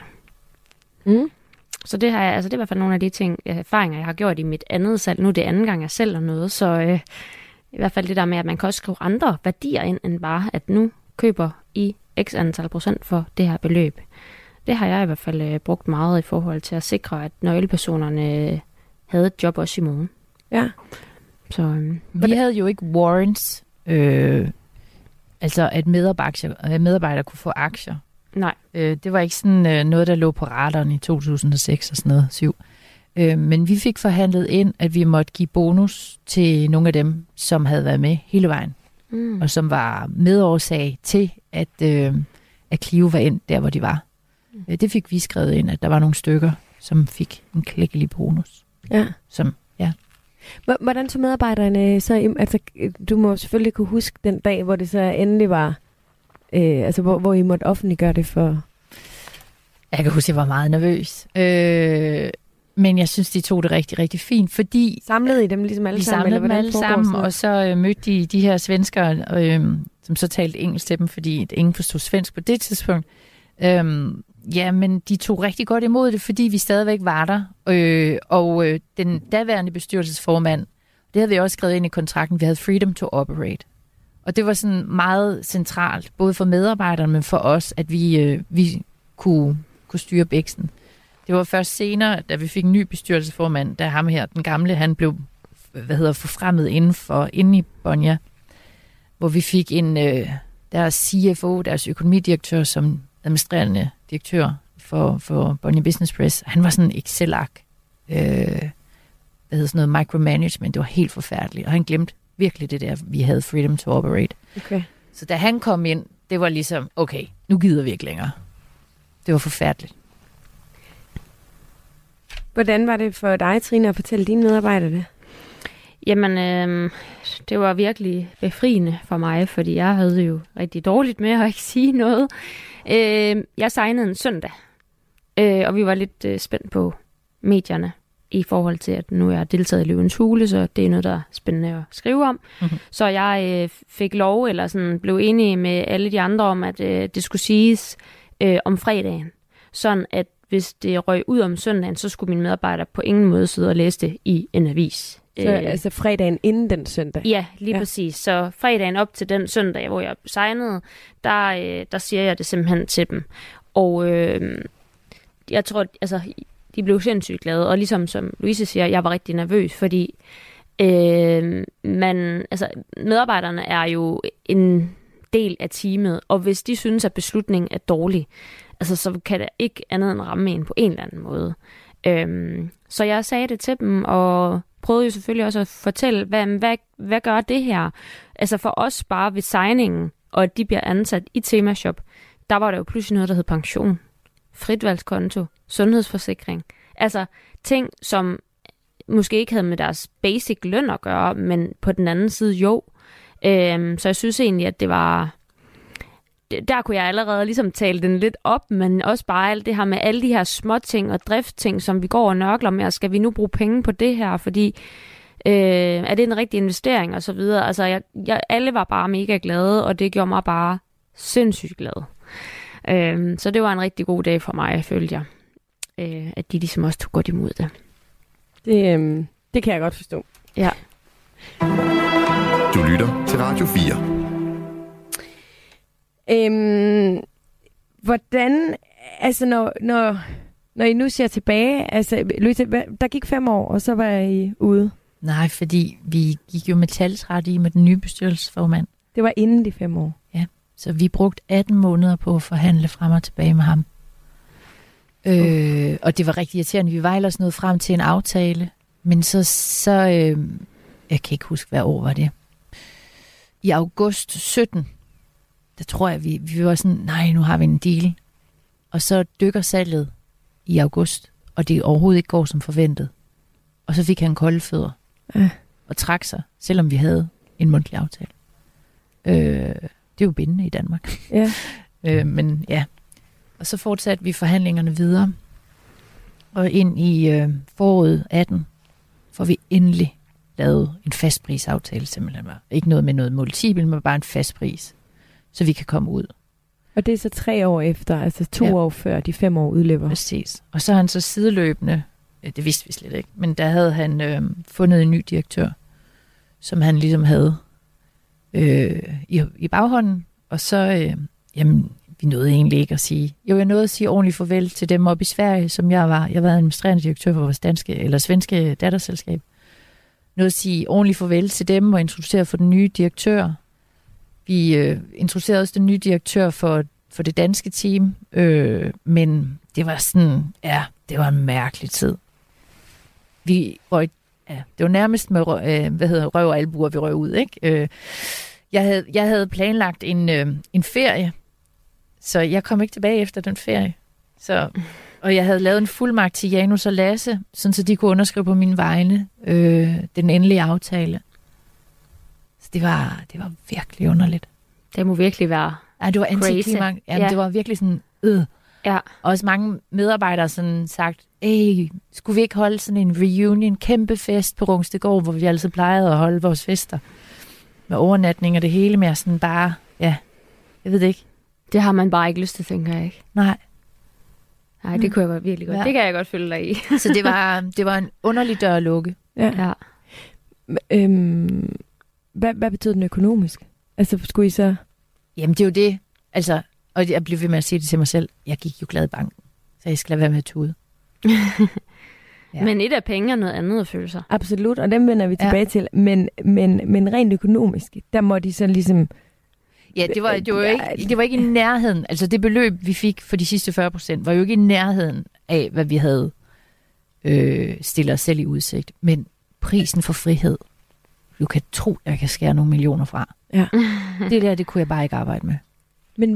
Så det har jeg, altså det er i hvert fald nogle af de erfaringer, jeg har gjort i mit andet salg. Nu er det anden gang, jeg sælger noget, så i hvert fald det der med, at man kan også skrive andre værdier ind, end bare, at nu køber I x antal procent for det her beløb. Det har jeg i hvert fald brugt meget i forhold til at sikre, at nøglepersonerne havde et job også i morgen. Ja. Så, vi havde jo ikke warrants, altså at medarbejdere kunne få aktier. Nej. Det var ikke sådan noget, der lå på radaren i 2006 og sådan noget, 7. Men vi fik forhandlet ind, at vi måtte give bonus til nogle af dem, som havde været med hele vejen. Og som var medårsag til, at Clio var endt der, hvor de var. Det fik vi skrevet ind, at der var nogle stykker, som fik en klækkelig bonus. Ja. Ja. Hvordan tog medarbejderne så? Altså, du må selvfølgelig kunne huske den dag, hvor det så endelig var, altså hvor I måtte offentliggøre det for... Jeg kan huske, at jeg var meget nervøs. Men jeg synes, de tog det rigtig, rigtig fint, fordi... Samlede I dem ligesom alle sammen? Vi samlede dem alle sammen, og så mødte de her svenskere, som så talte engelsk til dem, fordi ingen forstod svensk på det tidspunkt. Ja, men de tog rigtig godt imod det, fordi vi stadigvæk var der. Og den daværende bestyrelsesformand, det havde vi også skrevet ind i kontrakten, vi havde freedom to operate. Og det var sådan meget centralt, både for medarbejderne, men for os, at vi kunne styre bæksten. Det var først senere, da vi fik en ny bestyrelsesformand, da ham her, den gamle, han blev forfremmet inde i Bonja, hvor vi fik deres CFO, deres økonomidirektør, som administrerende direktør for Bonja Business Press. Han var sådan en Excel-ark, micromanagement. Det var helt forfærdeligt, og han glemte virkelig det der, vi havde freedom to operate. Okay. Så da han kom ind, det var ligesom, okay, nu gider vi ikke længere. Det var forfærdeligt. Hvordan var det for dig, Trine, at fortælle dine medarbejdere det? Jamen, det var virkelig befriende for mig, fordi jeg havde jo rigtig dårligt med at ikke sige noget. Jeg signede en søndag, og vi var lidt spændt på medierne i forhold til, at nu er jeg deltaget i Løvens Hule, så det er noget, der er spændende at skrive om. Mm-hmm. Så jeg fik lov, eller sådan blev enig med alle de andre om, at det skulle siges om fredagen. Sådan at hvis det røg ud om søndagen, så skulle mine medarbejdere på ingen måde sidde og læse det i en avis. Så altså fredagen inden den søndag? Ja, lige præcis. Så fredagen op til den søndag, hvor jeg signede, der siger jeg det simpelthen til dem. Og jeg tror, altså, de blev sindssygt glade. Og ligesom som Louise siger, jeg var rigtig nervøs, fordi medarbejderne er jo en del af teamet, og hvis de synes, at beslutningen er dårlig, altså, så kan det ikke andet end ramme en på en eller anden måde. Så jeg sagde det til dem, og prøvede jo selvfølgelig også at fortælle, hvad gør det her? Altså for os bare ved signingen, og at de bliver ansat i Temashop, der var der jo pludselig noget, der hed pension, fritvalgskonto, sundhedsforsikring. Altså ting, som måske ikke havde med deres basic løn at gøre, men på den anden side jo. Så jeg synes egentlig, at det var... Der kunne jeg allerede ligesom tale den lidt op, men også bare alt det her med alle de her småting og driftting, som vi går og nørkler med, og skal vi nu bruge penge på det her, fordi er det en rigtig investering og så videre. Altså alle var bare mega glade, og det gjorde mig bare sindssygt glad. Så det var en rigtig god dag for mig, følte jeg. At de ligesom også tog godt imod det. Det kan jeg godt forstå. Ja. Du lytter til Radio 4. Hvordan, altså når I nu ser tilbage, altså Louise, der gik 5 år, og så var I ude. Nej, fordi vi gik jo med talsret i med den nye bestyrelsesformand. Det var inden de 5 år. Ja, så vi brugte 18 måneder på at forhandle frem og tilbage med ham. Og det var rigtig irriterende. Vi var ellers nået frem til en aftale, men så jeg kan ikke huske, hvad år var det. I august 17, der tror jeg, vi var sådan, nej, nu har vi en deal. Og så dykker salget i august, og det overhovedet ikke går som forventet. Og så fik han kolde fødder og trak sig, selvom vi havde en mundtlig aftale. Det er jo bindende i Danmark. Ja. Men ja. Og så fortsatte vi forhandlingerne videre. Og ind i foråret 18 får vi endelig lavet en fastprisaftale simpelthen. Ikke noget med noget multiple, men bare en fastpris, så vi kan komme ud. Og det er så 3 år efter, altså 2 år før de 5 år udløber. Præcis. Og så har han så sideløbende, det vidste vi slet ikke, men der havde han fundet en ny direktør, som han ligesom havde i baghånden. Og så, vi nåede egentlig ikke at sige, jeg nåede at sige ordentligt farvel til dem oppe i Sverige, som jeg var. Jeg var administrerende direktør for vores svenske datterselskab. Nåede at sige ordentligt farvel til dem og introducere for den nye direktør. Vi introducerede også den nye direktør for det danske team, men det var sådan, det var en mærkelig tid. Det var nærmest med røv og albuer, vi røg ud, ikke? Jeg havde planlagt en ferie, så jeg kom ikke tilbage efter den ferie. Og jeg havde lavet en fuldmagt til Janus og Lasse, sådan så de kunne underskrive på mine vegne den endelige aftale. Så det var virkelig underligt. Det må virkelig være det var antiklimaks. Ja. Det var virkelig sådan, Ja. Også mange medarbejdere sådan sagt, skulle vi ikke holde sådan en reunion, kæmpe fest på Rungstegård, hvor vi altså plejede at holde vores fester. Med overnatning og det hele med sådan bare, jeg ved det ikke. Det har man bare ikke lyst til, tænker jeg ikke. Nej, det kunne jeg godt, virkelig godt. Ja. Det kan jeg godt følge dig i. Så det var en underlig dør at lukke. Ja. Hvad betød den økonomisk? Altså, skulle I så... Jamen, det er jo det. Altså, og jeg blev ved med at sige det til mig selv. Jeg gik jo glad i banken, så jeg skal lade være med at tude. Ja. Men et af penge er noget andet at føle sig. Absolut, og dem vender vi tilbage til. Men rent økonomisk, der må de så ligesom... Ja, det var ikke i nærheden. Altså det beløb, vi fik for de sidste 40%, var jo ikke i nærheden af, hvad vi havde stillet os selv i udsigt. Men prisen for frihed, du kan tro, jeg kan skære nogle millioner fra. Ja. Det kunne jeg bare ikke arbejde med. Men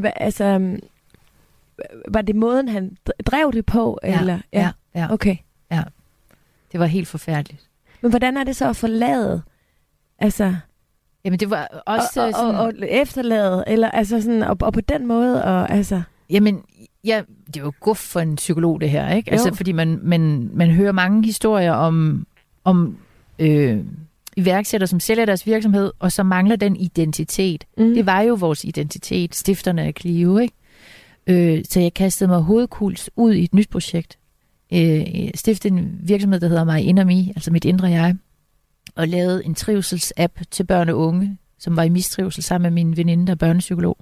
var det måden, han drev det på? Ja, eller? Ja. Okay. Ja, det var helt forfærdeligt. Men hvordan er det så at forlade? Altså... Jamen det var også sådan... Og efterladet, eller altså sådan, og på den måde, og altså... Jamen, det er jo guf for en psykolog, det her, ikke? Altså, fordi man hører mange historier om iværksættere, som sælger deres virksomhed, og så mangler den identitet. Det var jo vores identitet, stifterne af Clio, ikke? Så jeg kastede mig hovedkuls ud i et nyt projekt. Stiftede en virksomhed, der hedder My Inner Me, altså mit indre jeg, og lavede en trivselsapp til børn og unge, som var i mistrivsel sammen med min veninde, der er børnepsykolog.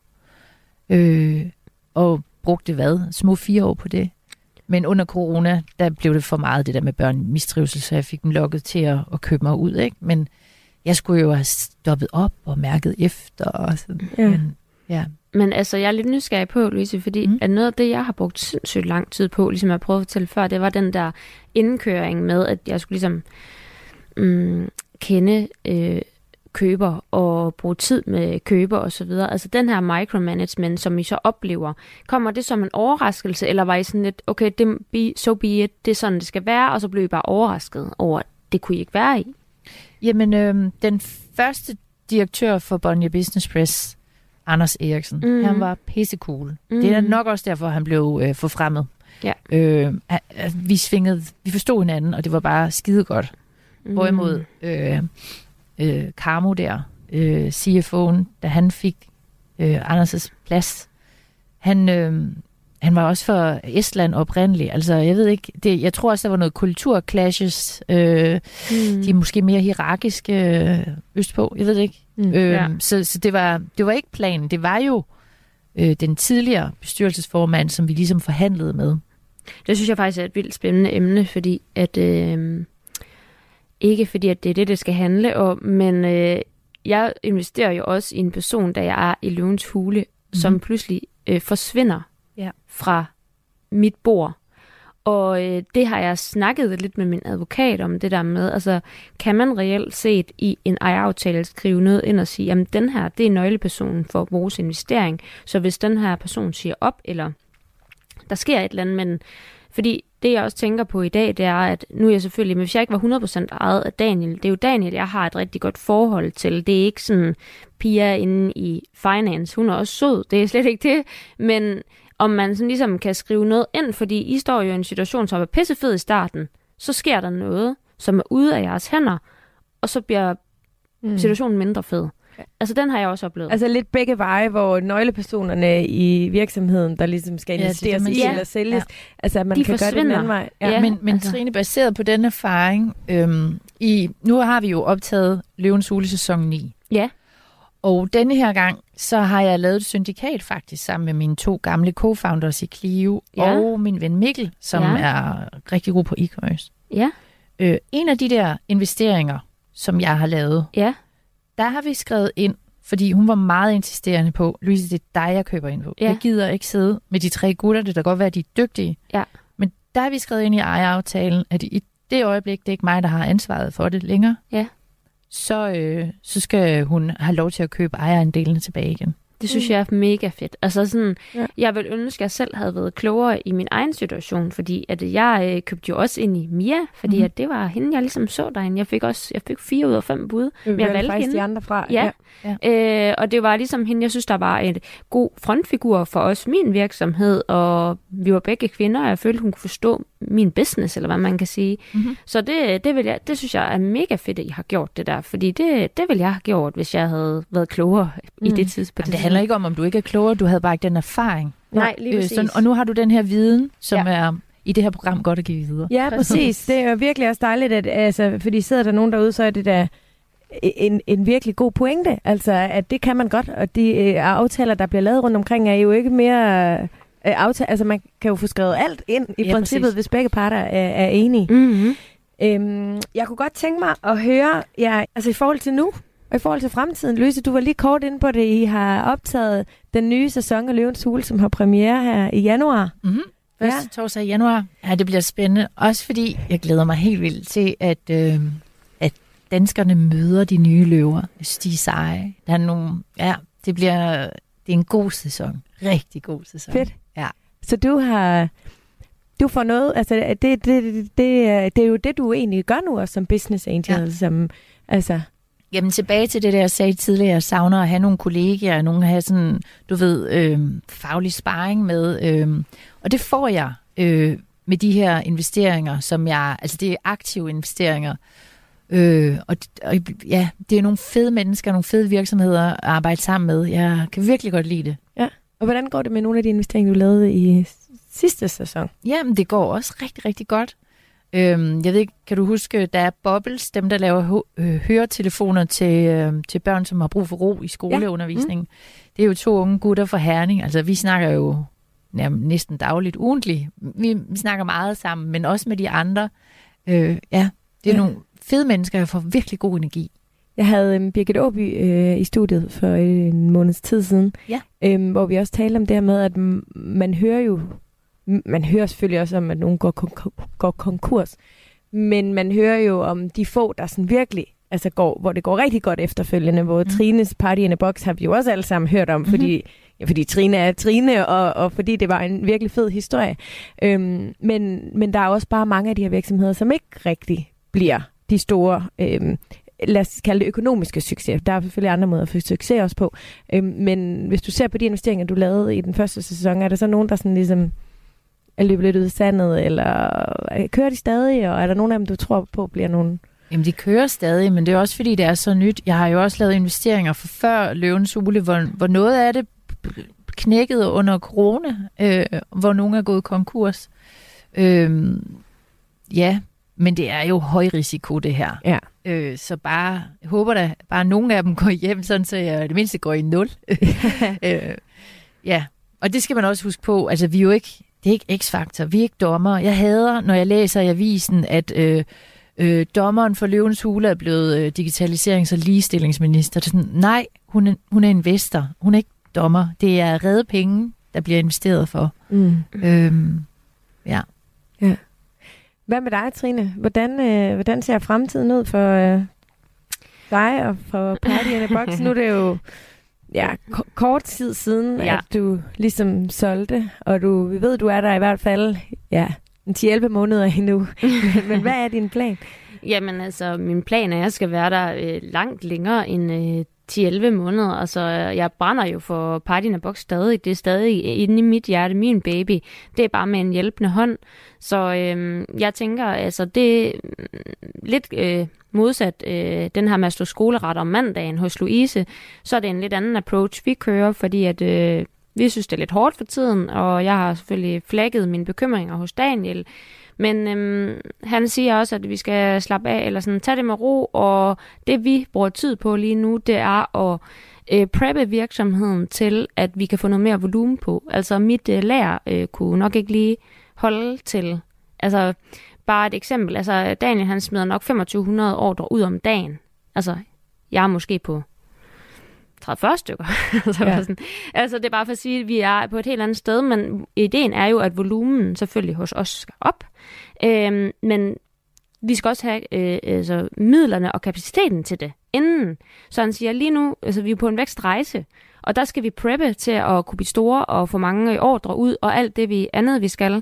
Og brugte små 4 år på det. Men under corona, der blev det for meget det der med børn i mistrivsel, så jeg fik dem lukket til at købe mig ud, ikke? Men jeg skulle jo have stoppet op og mærket efter og sådan. Ja. Men altså, jeg er lidt nysgerrig på, Louise, fordi at noget af det, jeg har brugt sindssygt lang tid på, ligesom jeg prøvede at fortælle før, det var den der indkøring med, at jeg skulle ligesom kende køber og bruge tid med køber og så videre. Altså den her micromanagement, som I så oplever, kommer det som en overraskelse, eller var I sådan lidt, okay, so be it, det er sådan, det skal være, og så blev I bare overrasket over, at det kunne I ikke være i? Jamen, den første direktør for Bonnier Business Press, Anders Eriksen, han var pissecool. Det er nok også derfor, han blev forfremmet. Ja. Vi forstod hinanden, og det var bare skide godt. Hvorimod Carmo der, CFO'en, da han fik Anders' plads, Han var også fra Estland oprindeligt. Altså, jeg ved ikke, jeg tror også, der var noget kulturclashes. De er måske mere hierarkiske østpå, jeg ved det ikke. Så det var ikke planen. Det var jo den tidligere bestyrelsesformand, som vi ligesom forhandlede med. Det synes jeg faktisk er et vildt spændende emne, fordi at ikke fordi at det er det skal handle om, men jeg investerer jo også i en person, da jeg er i Løvens Hule, som pludselig forsvinder fra mit bord. Og det har jeg snakket lidt med min advokat om, det der med, altså kan man reelt set i en ejeraftale skrive noget ind og sige, jamen den her, det er nøglepersonen for vores investering, så hvis den her person siger op, eller der sker et eller andet, men fordi det jeg også tænker på i dag, det er, at nu er jeg selvfølgelig, men hvis jeg ikke var 100% ejet af Daniel, det er jo Daniel, jeg har et rigtig godt forhold til. Det er ikke sådan Pia inde i finance, hun er også sød, det er slet ikke det, men om man sådan ligesom kan skrive noget ind, fordi I står jo i en situation, som er pissefed i starten, så sker der noget, som er ude af jeres hænder, og så bliver situationen mindre fed. Altså, den har jeg også oplevet. Altså lidt begge veje, hvor nøglepersonerne i virksomheden, der ligesom skal investeres i eller sælges, altså at man de kan forsvinder. gøre det den anden vej. Ja, men altså. Trine, baseret på den erfaring, nu har vi jo optaget Løvens Hule sæson 9. Ja. Og denne her gang, så har jeg lavet et syndikat faktisk sammen med mine 2 gamle co-founders i Clio, og min ven Mikkel, som er rigtig god på e-commerce. Ja. En af de der investeringer, som jeg har lavet, der har vi skrevet ind, fordi hun var meget insisterende på, Louise, det er dig, jeg køber ind på. Jeg gider ikke sidde med de 3 gutter, det kan godt være, at de er dygtige. Ja. Men der har vi skrevet ind i ejeraftalen, at i det øjeblik, det er ikke mig, der har ansvaret for det længere, så skal hun have lov til at købe ejerandelene tilbage igen. Det synes jeg er mega fedt. Altså sådan, jeg vil ønske, at jeg selv havde været klogere i min egen situation, fordi at jeg købte jo også ind i Mia, fordi at det var hende, jeg ligesom så derinde. Jeg fik 4 ud af 5 bud, men jeg valgte hende. De andre fra. Og det var ligesom hende, jeg synes, der var en god frontfigur for os, min virksomhed, og vi var begge kvinder, og jeg følte, hun kunne forstå min business, eller hvad man kan sige. Så det synes jeg er mega fedt, at I har gjort det der, fordi det ville jeg have gjort, hvis jeg havde været klogere i det tidspunkt. Det handler ikke om du ikke er klogere, du havde bare ikke den erfaring. Nej, lige præcis. Og nu har du den her viden, som er i det her program godt at give videre. Ja, præcis. Det er jo virkelig også dejligt, at, altså, fordi sidder der nogen derude, så er det der en virkelig god pointe. Altså, at det kan man godt, og de aftaler, der bliver lavet rundt omkring, er jo ikke mere aftaler. Altså, man kan jo få skrevet alt ind i princippet, præcis. Hvis begge parter er enige. Jeg kunne godt tænke mig at høre, altså i forhold til nu, og i forhold til fremtiden, Louise, du var lige kort inde på det. I har optaget den nye sæson af Løvens Hule, som har premiere her i januar. Første torsdag i januar. Ja, det bliver spændende. Også fordi jeg glæder mig helt vildt til, at danskerne møder de nye løver. De er seje. Der er nogle, det er en god sæson. Rigtig god sæson. Fedt. Ja. Så du får noget, altså det er jo det, du egentlig gør nu også som business angel, som altså. Jamen tilbage til det der, jeg sagde tidligere, jeg savner at have nogle kollegaer, nogen at have sådan, du ved, faglig sparring med. Og det får jeg med de her investeringer, som altså det er aktive investeringer. Og det er nogle fede mennesker, nogle fede virksomheder at arbejde sammen med. Jeg kan virkelig godt lide det. Ja. Og hvordan går det med nogle af de investeringer, du lavede i sidste sæson? Jamen det går også rigtig, rigtig godt. Jeg ved ikke, kan du huske, der er Bubbles, dem der laver høretelefoner til børn, som har brug for ro i skoleundervisningen. Det er jo 2 unge gutter fra Herning. Altså vi snakker jo næsten dagligt, ugentligt. Vi snakker meget sammen, men også med de andre. Det er nogle fede mennesker, der får virkelig god energi. Jeg havde Birgit Åby i studiet for en måneds tid siden, hvor vi også talte om det her med, at man hører selvfølgelig også om, at nogen går konkurs, men man hører jo om de få, der sådan virkelig hvor det går rigtig godt efterfølgende, hvor Trines Party in a Box har vi jo også alle sammen hørt om, fordi Trine er Trine, og fordi det var en virkelig fed historie. Men der er også bare mange af de her virksomheder, som ikke rigtig bliver de store, lad os kalde det økonomiske succes. Der er selvfølgelig andre måder at få succes også på. Men hvis du ser på de investeringer, du lavede i den første sæson, er der så nogen, der sådan ligesom er løbet lidt ud i sandet, eller kører de stadig, og er der nogen af dem, du tror på, bliver nogen? Jamen, de kører stadig, men det er også, fordi det er så nyt. Jeg har jo også lavet investeringer for før Løvens Hule, hvor noget af det knækket under corona, hvor nogen er gået konkurs. Ja, men det er jo høj risiko, det her. Ja. Så jeg håber da, bare nogle af dem går hjem, sådan så jeg det mindste går i 0. Ja, og det skal man også huske på. Altså, vi er jo ikke, det er ikke X-faktor, vi er ikke dommer. Jeg hader, når jeg læser i avisen, at dommeren for Løvens Hule er blevet digitaliserings- og ligestillingsminister. Det er sådan, nej, hun er investor. Hun er ikke dommer. Det er redde penge, der bliver investeret for. Ja. Hvad med dig, Trine? Hvordan ser fremtiden ud for dig og for Party in a Box? Nu er det jo kort tid siden, at du ligesom solgte, og vi ved, du er der i hvert fald 10-11 måneder endnu. Men hvad er din plan? Jamen altså, min plan er, at jeg skal være der langt længere end 10-11 måneder. Altså, jeg brænder jo for Party in a Box stadig. Det er stadig inde i mit hjerte, min baby. Det er bare med en hjælpende hånd. Så jeg tænker, altså, det er lidt modsat den her med at stå skoleret om mandagen hos Louise, så er det en lidt anden approach, vi kører, fordi at vi synes, det er lidt hårdt for tiden, og jeg har selvfølgelig flagget mine bekymringer hos Daniel. Men han siger også, at vi skal slappe af, eller sådan, tage det med ro, og det vi bruger tid på lige nu, det er at preppe virksomheden til, at vi kan få noget mere volumen på. Altså mit lager kunne nok ikke lige holde til, altså bare et eksempel, altså Daniel han smider nok 2500 ordre ud om dagen. Altså jeg er måske på 30-40 stykker. Altså det er bare for at sige, at vi er på et helt andet sted, men ideen er jo, at volumen selvfølgelig hos os skal op. Men vi skal også have altså, midlerne og kapaciteten til det inden. Så han siger, lige nu, altså vi er på en vækstrejse, og der skal vi preppe til at kunne blive store og få mange ordre ud, og alt det andet vi skal.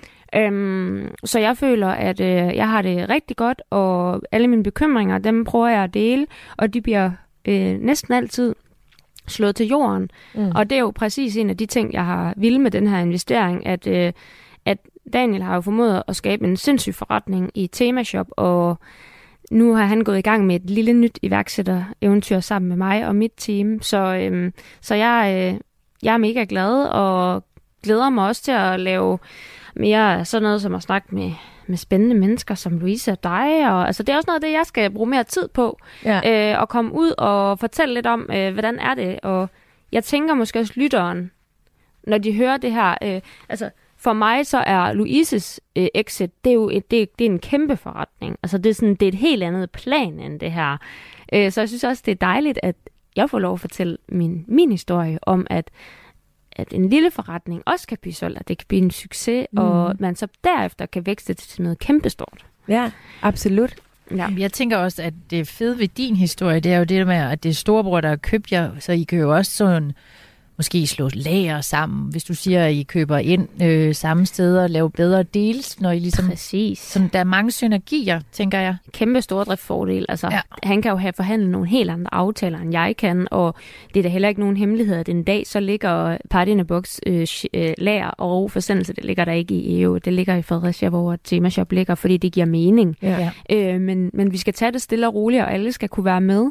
Så jeg føler, at jeg har det rigtig godt, og alle mine bekymringer, dem prøver jeg at dele, og de bliver næsten altid slået til jorden. Og det er jo præcis en af de ting, jeg har ville med den her investering, at Daniel har jo formået at skabe en sindssyg forretning i Temashop, og nu har han gået i gang med et lille nyt iværksætter-eventyr sammen med mig og mit team. Så jeg er mega glad, og glæder mig også til at lave mere sådan noget som at snakke med spændende mennesker som Louise og dig. Og, altså, det er også noget af det, jeg skal bruge mere tid på. At komme ud og fortælle lidt om, hvordan er det. Og jeg tænker måske også lytteren, når de hører det her. Altså, for mig så er Louises exit, det er jo det er en kæmpe forretning. Altså, det er et helt andet plan end det her. Så jeg synes også, det er dejligt, at jeg får lov at fortælle min historie om, at en lille forretning også kan blive solgt, at det kan blive en succes, og man så derefter kan vækste til noget kæmpestort. Ja, absolut. Ja. Jeg tænker også, at det fede ved din historie, det er jo det med, at det er storebror, der har købt jer, så I kan jo også sådan måske slå lager sammen, hvis du siger, at I køber ind samme steder og laver bedre deals, når I ligesom... Præcis. Så der er mange synergier, tænker jeg. Kæmpe stordriftsfordel. Altså, han kan jo have forhandlet nogle helt andre aftaler, end jeg kan, og det er da heller ikke nogen hemmelighed, at en dag så ligger Party in a Box lager og forsendelse, det ligger der ikke i EU. Det ligger i Fredericia, hvor Temashop ligger, fordi det giver mening. Ja. Men vi skal tage det stille og roligt, og alle skal kunne være med.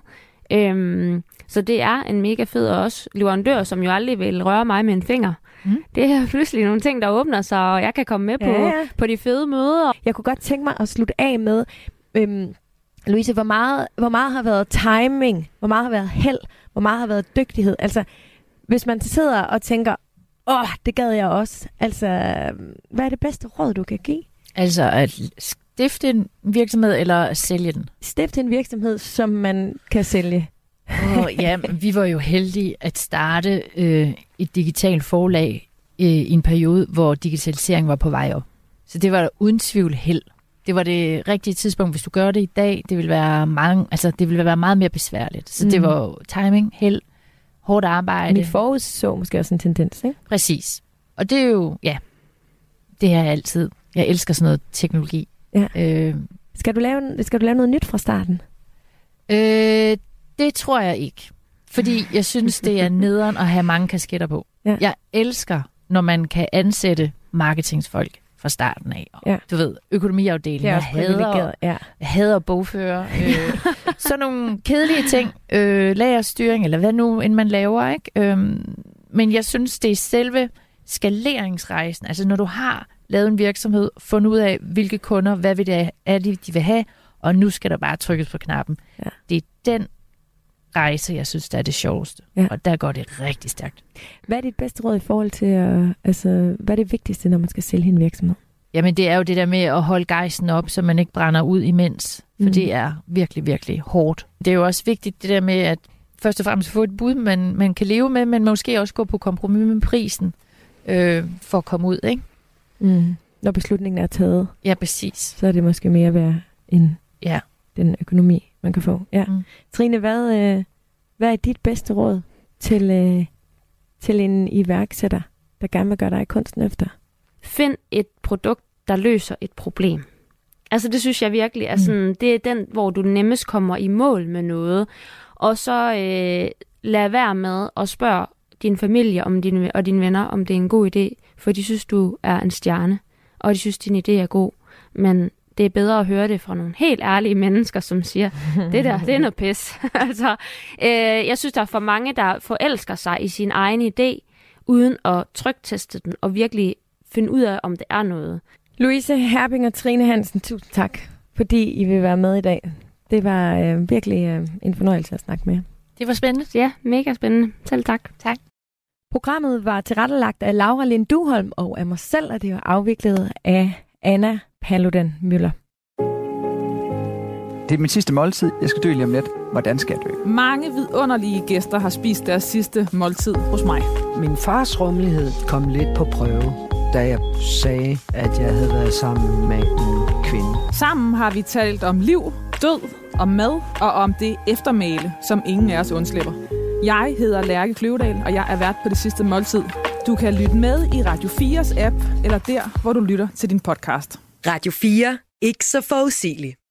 Så det er en mega fed og også leverandør, som jo aldrig vil røre mig med en finger. Det er pludselig nogle ting, der åbner sig, og jeg kan komme med på de fede møder. Jeg kunne godt tænke mig at slutte af med, Louise, hvor meget har været timing, hvor meget har været held, hvor meget har været dygtighed. Altså, hvis man sidder og tænker, det gad jeg også. Altså, hvad er det bedste råd, du kan give? Altså, at stifte en virksomhed eller sælge den? Stifte en virksomhed, som man kan sælge. Ja, vi var jo heldige at starte et digitalt forlag i en periode, hvor digitalisering var på vej op. Så det var uden tvivl held. Det var det rigtige tidspunkt. Hvis du gør det i dag, det vil være meget mere besværligt. Så det var timing, held, hårdt arbejde. Vi forudså måske også en tendens, ikke? Præcis. Og det er jo, det er altid. Jeg elsker sådan noget teknologi. Ja. Skal du lave noget nyt fra starten? Det tror jeg ikke. Fordi jeg synes, det er nederen at have mange kasketter på. Ja. Jeg elsker, når man kan ansætte marketingsfolk fra starten af. Du ved, økonomiafdelingen. Jeg hader bogfører. Sådan nogle kedelige ting. Lagerstyring, eller hvad nu end man laver, ikke? Men jeg synes, det er selve skaleringsrejsen. Altså når du har lavet en virksomhed, fundet ud af, hvilke kunder, hvad de vil have, og nu skal der bare trykkes på knappen. Ja. Det er den rejse, jeg synes, der er det sjoveste. Ja. Og der går det rigtig stærkt. Hvad er dit bedste råd i forhold til, hvad er det vigtigste, når man skal sælge en virksomhed? Jamen, det er jo det der med at holde gejsten op, så man ikke brænder ud imens. For det er virkelig, virkelig hårdt. Det er jo også vigtigt, det der med, at først og fremmest få et bud, man kan leve med, men måske også gå på kompromis med prisen, for at komme ud, ikke? Når beslutningen er taget. Ja, præcis. Så er det måske mere værd end den økonomi, man kan få. Ja. Trine, hvad er dit bedste råd til en iværksætter, der gerne vil gøre dig kunsten efter? Find et produkt, der løser et problem. Altså det synes jeg virkelig er sådan, det er den, hvor du nemmest kommer i mål med noget. Og så lad være med at spørge din familie og dine venner, om det er en god idé, for de synes, du er en stjerne, og de synes, din idé er god. Men det er bedre at høre det fra nogle helt ærlige mennesker, som siger, det der, det er noget pis. Altså, jeg synes, der er for mange, der forelsker sig i sin egen idé, uden at trykteste den, og virkelig finde ud af, om det er noget. Louise Herbing og Trine Hansen, tusind tak, fordi I vil være med i dag. Det var virkelig en fornøjelse at snakke med. Det var spændende. Ja, mega spændende. Selv tak. Tak. Programmet var tilrettelagt af Laura Lind Duholm og af mig selv, og det var afviklet af Anna Paludan Møller. Det er min sidste måltid. Jeg skal dø lige om lidt. Hvordan skal jeg dø? Mange vidunderlige gæster har spist deres sidste måltid hos mig. Min fars rummelighed kom lidt på prøve, da jeg sagde, at jeg havde været sammen med en kvinde. Sammen har vi talt om liv, død, om mad og om det eftermæle, som ingen af os undslipper. Jeg hedder Lærke Kløvedal, og jeg er vært på Det Sidste Måltid. Du kan lytte med i Radio 4's app, eller der, hvor du lytter til din podcast. Radio 4. Ikke så forudsigeligt.